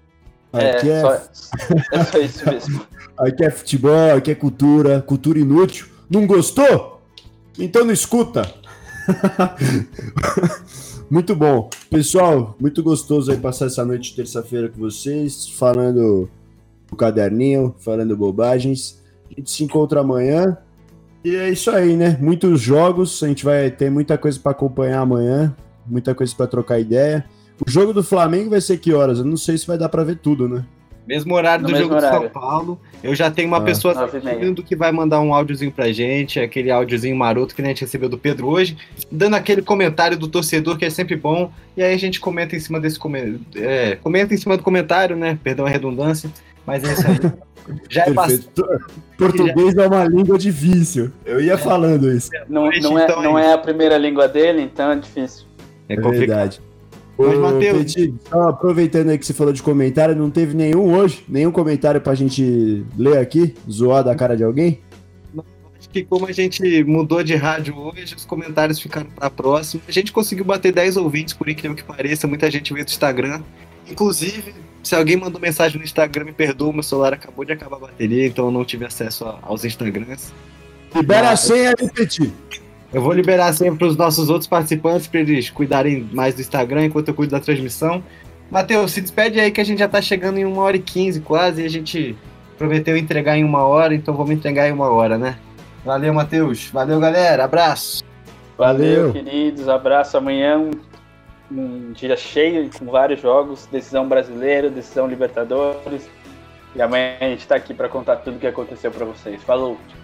S2: É só isso mesmo.
S5: Aqui é futebol, aqui é cultura inútil. Não gostou? Então não escuta. Muito bom. Pessoal, muito gostoso aí passar essa noite de terça-feira com vocês, falando o caderninho, falando bobagens. A gente se encontra amanhã. E é isso aí, né? Muitos jogos, a gente vai ter muita coisa para acompanhar amanhã, muita coisa para trocar ideia. O jogo do Flamengo vai ser que horas? Eu não sei se vai dar para ver tudo, né?
S1: Mesmo horário do jogo do São Paulo. Eu já tenho uma pessoa assistindo que vai mandar um áudiozinho pra gente, aquele áudiozinho maroto que a gente recebeu do Pedro hoje, dando aquele comentário do torcedor que é sempre bom, e aí a gente comenta em cima desse comenta em cima do comentário, né? Perdão a redundância, mas é isso aí. Já é
S5: perfeito. Português é uma língua difícil. Eu ia falando isso.
S2: Não é a primeira língua dele, então é difícil.
S5: É verdade. Mas, Matheus, aproveitando aí que você falou de comentário, não teve nenhum comentário pra gente ler aqui, zoar da cara de alguém?
S1: Acho que como a gente mudou de rádio hoje, os comentários ficaram pra próxima. A gente conseguiu bater 10 ouvintes, por incrível que pareça, muita gente veio do Instagram. Inclusive, se alguém mandou mensagem no Instagram, me perdoa, meu celular acabou de acabar a bateria, então eu não tive acesso aos Instagrams.
S5: Libera a senha aí, Petit.
S1: Eu vou liberar sempre para os nossos outros participantes, para eles cuidarem mais do Instagram enquanto eu cuido da transmissão. Matheus, se despede aí que a gente já tá chegando em 1h15 quase, e a gente prometeu entregar em 1 hora, então vamos entregar em 1 hora, né? Valeu, Matheus. Valeu, galera. Abraço.
S2: Valeu, queridos. Abraço. Amanhã um dia cheio, com vários jogos. Decisão brasileira, decisão Libertadores. E amanhã a gente tá aqui para contar tudo o que aconteceu para vocês. Falou!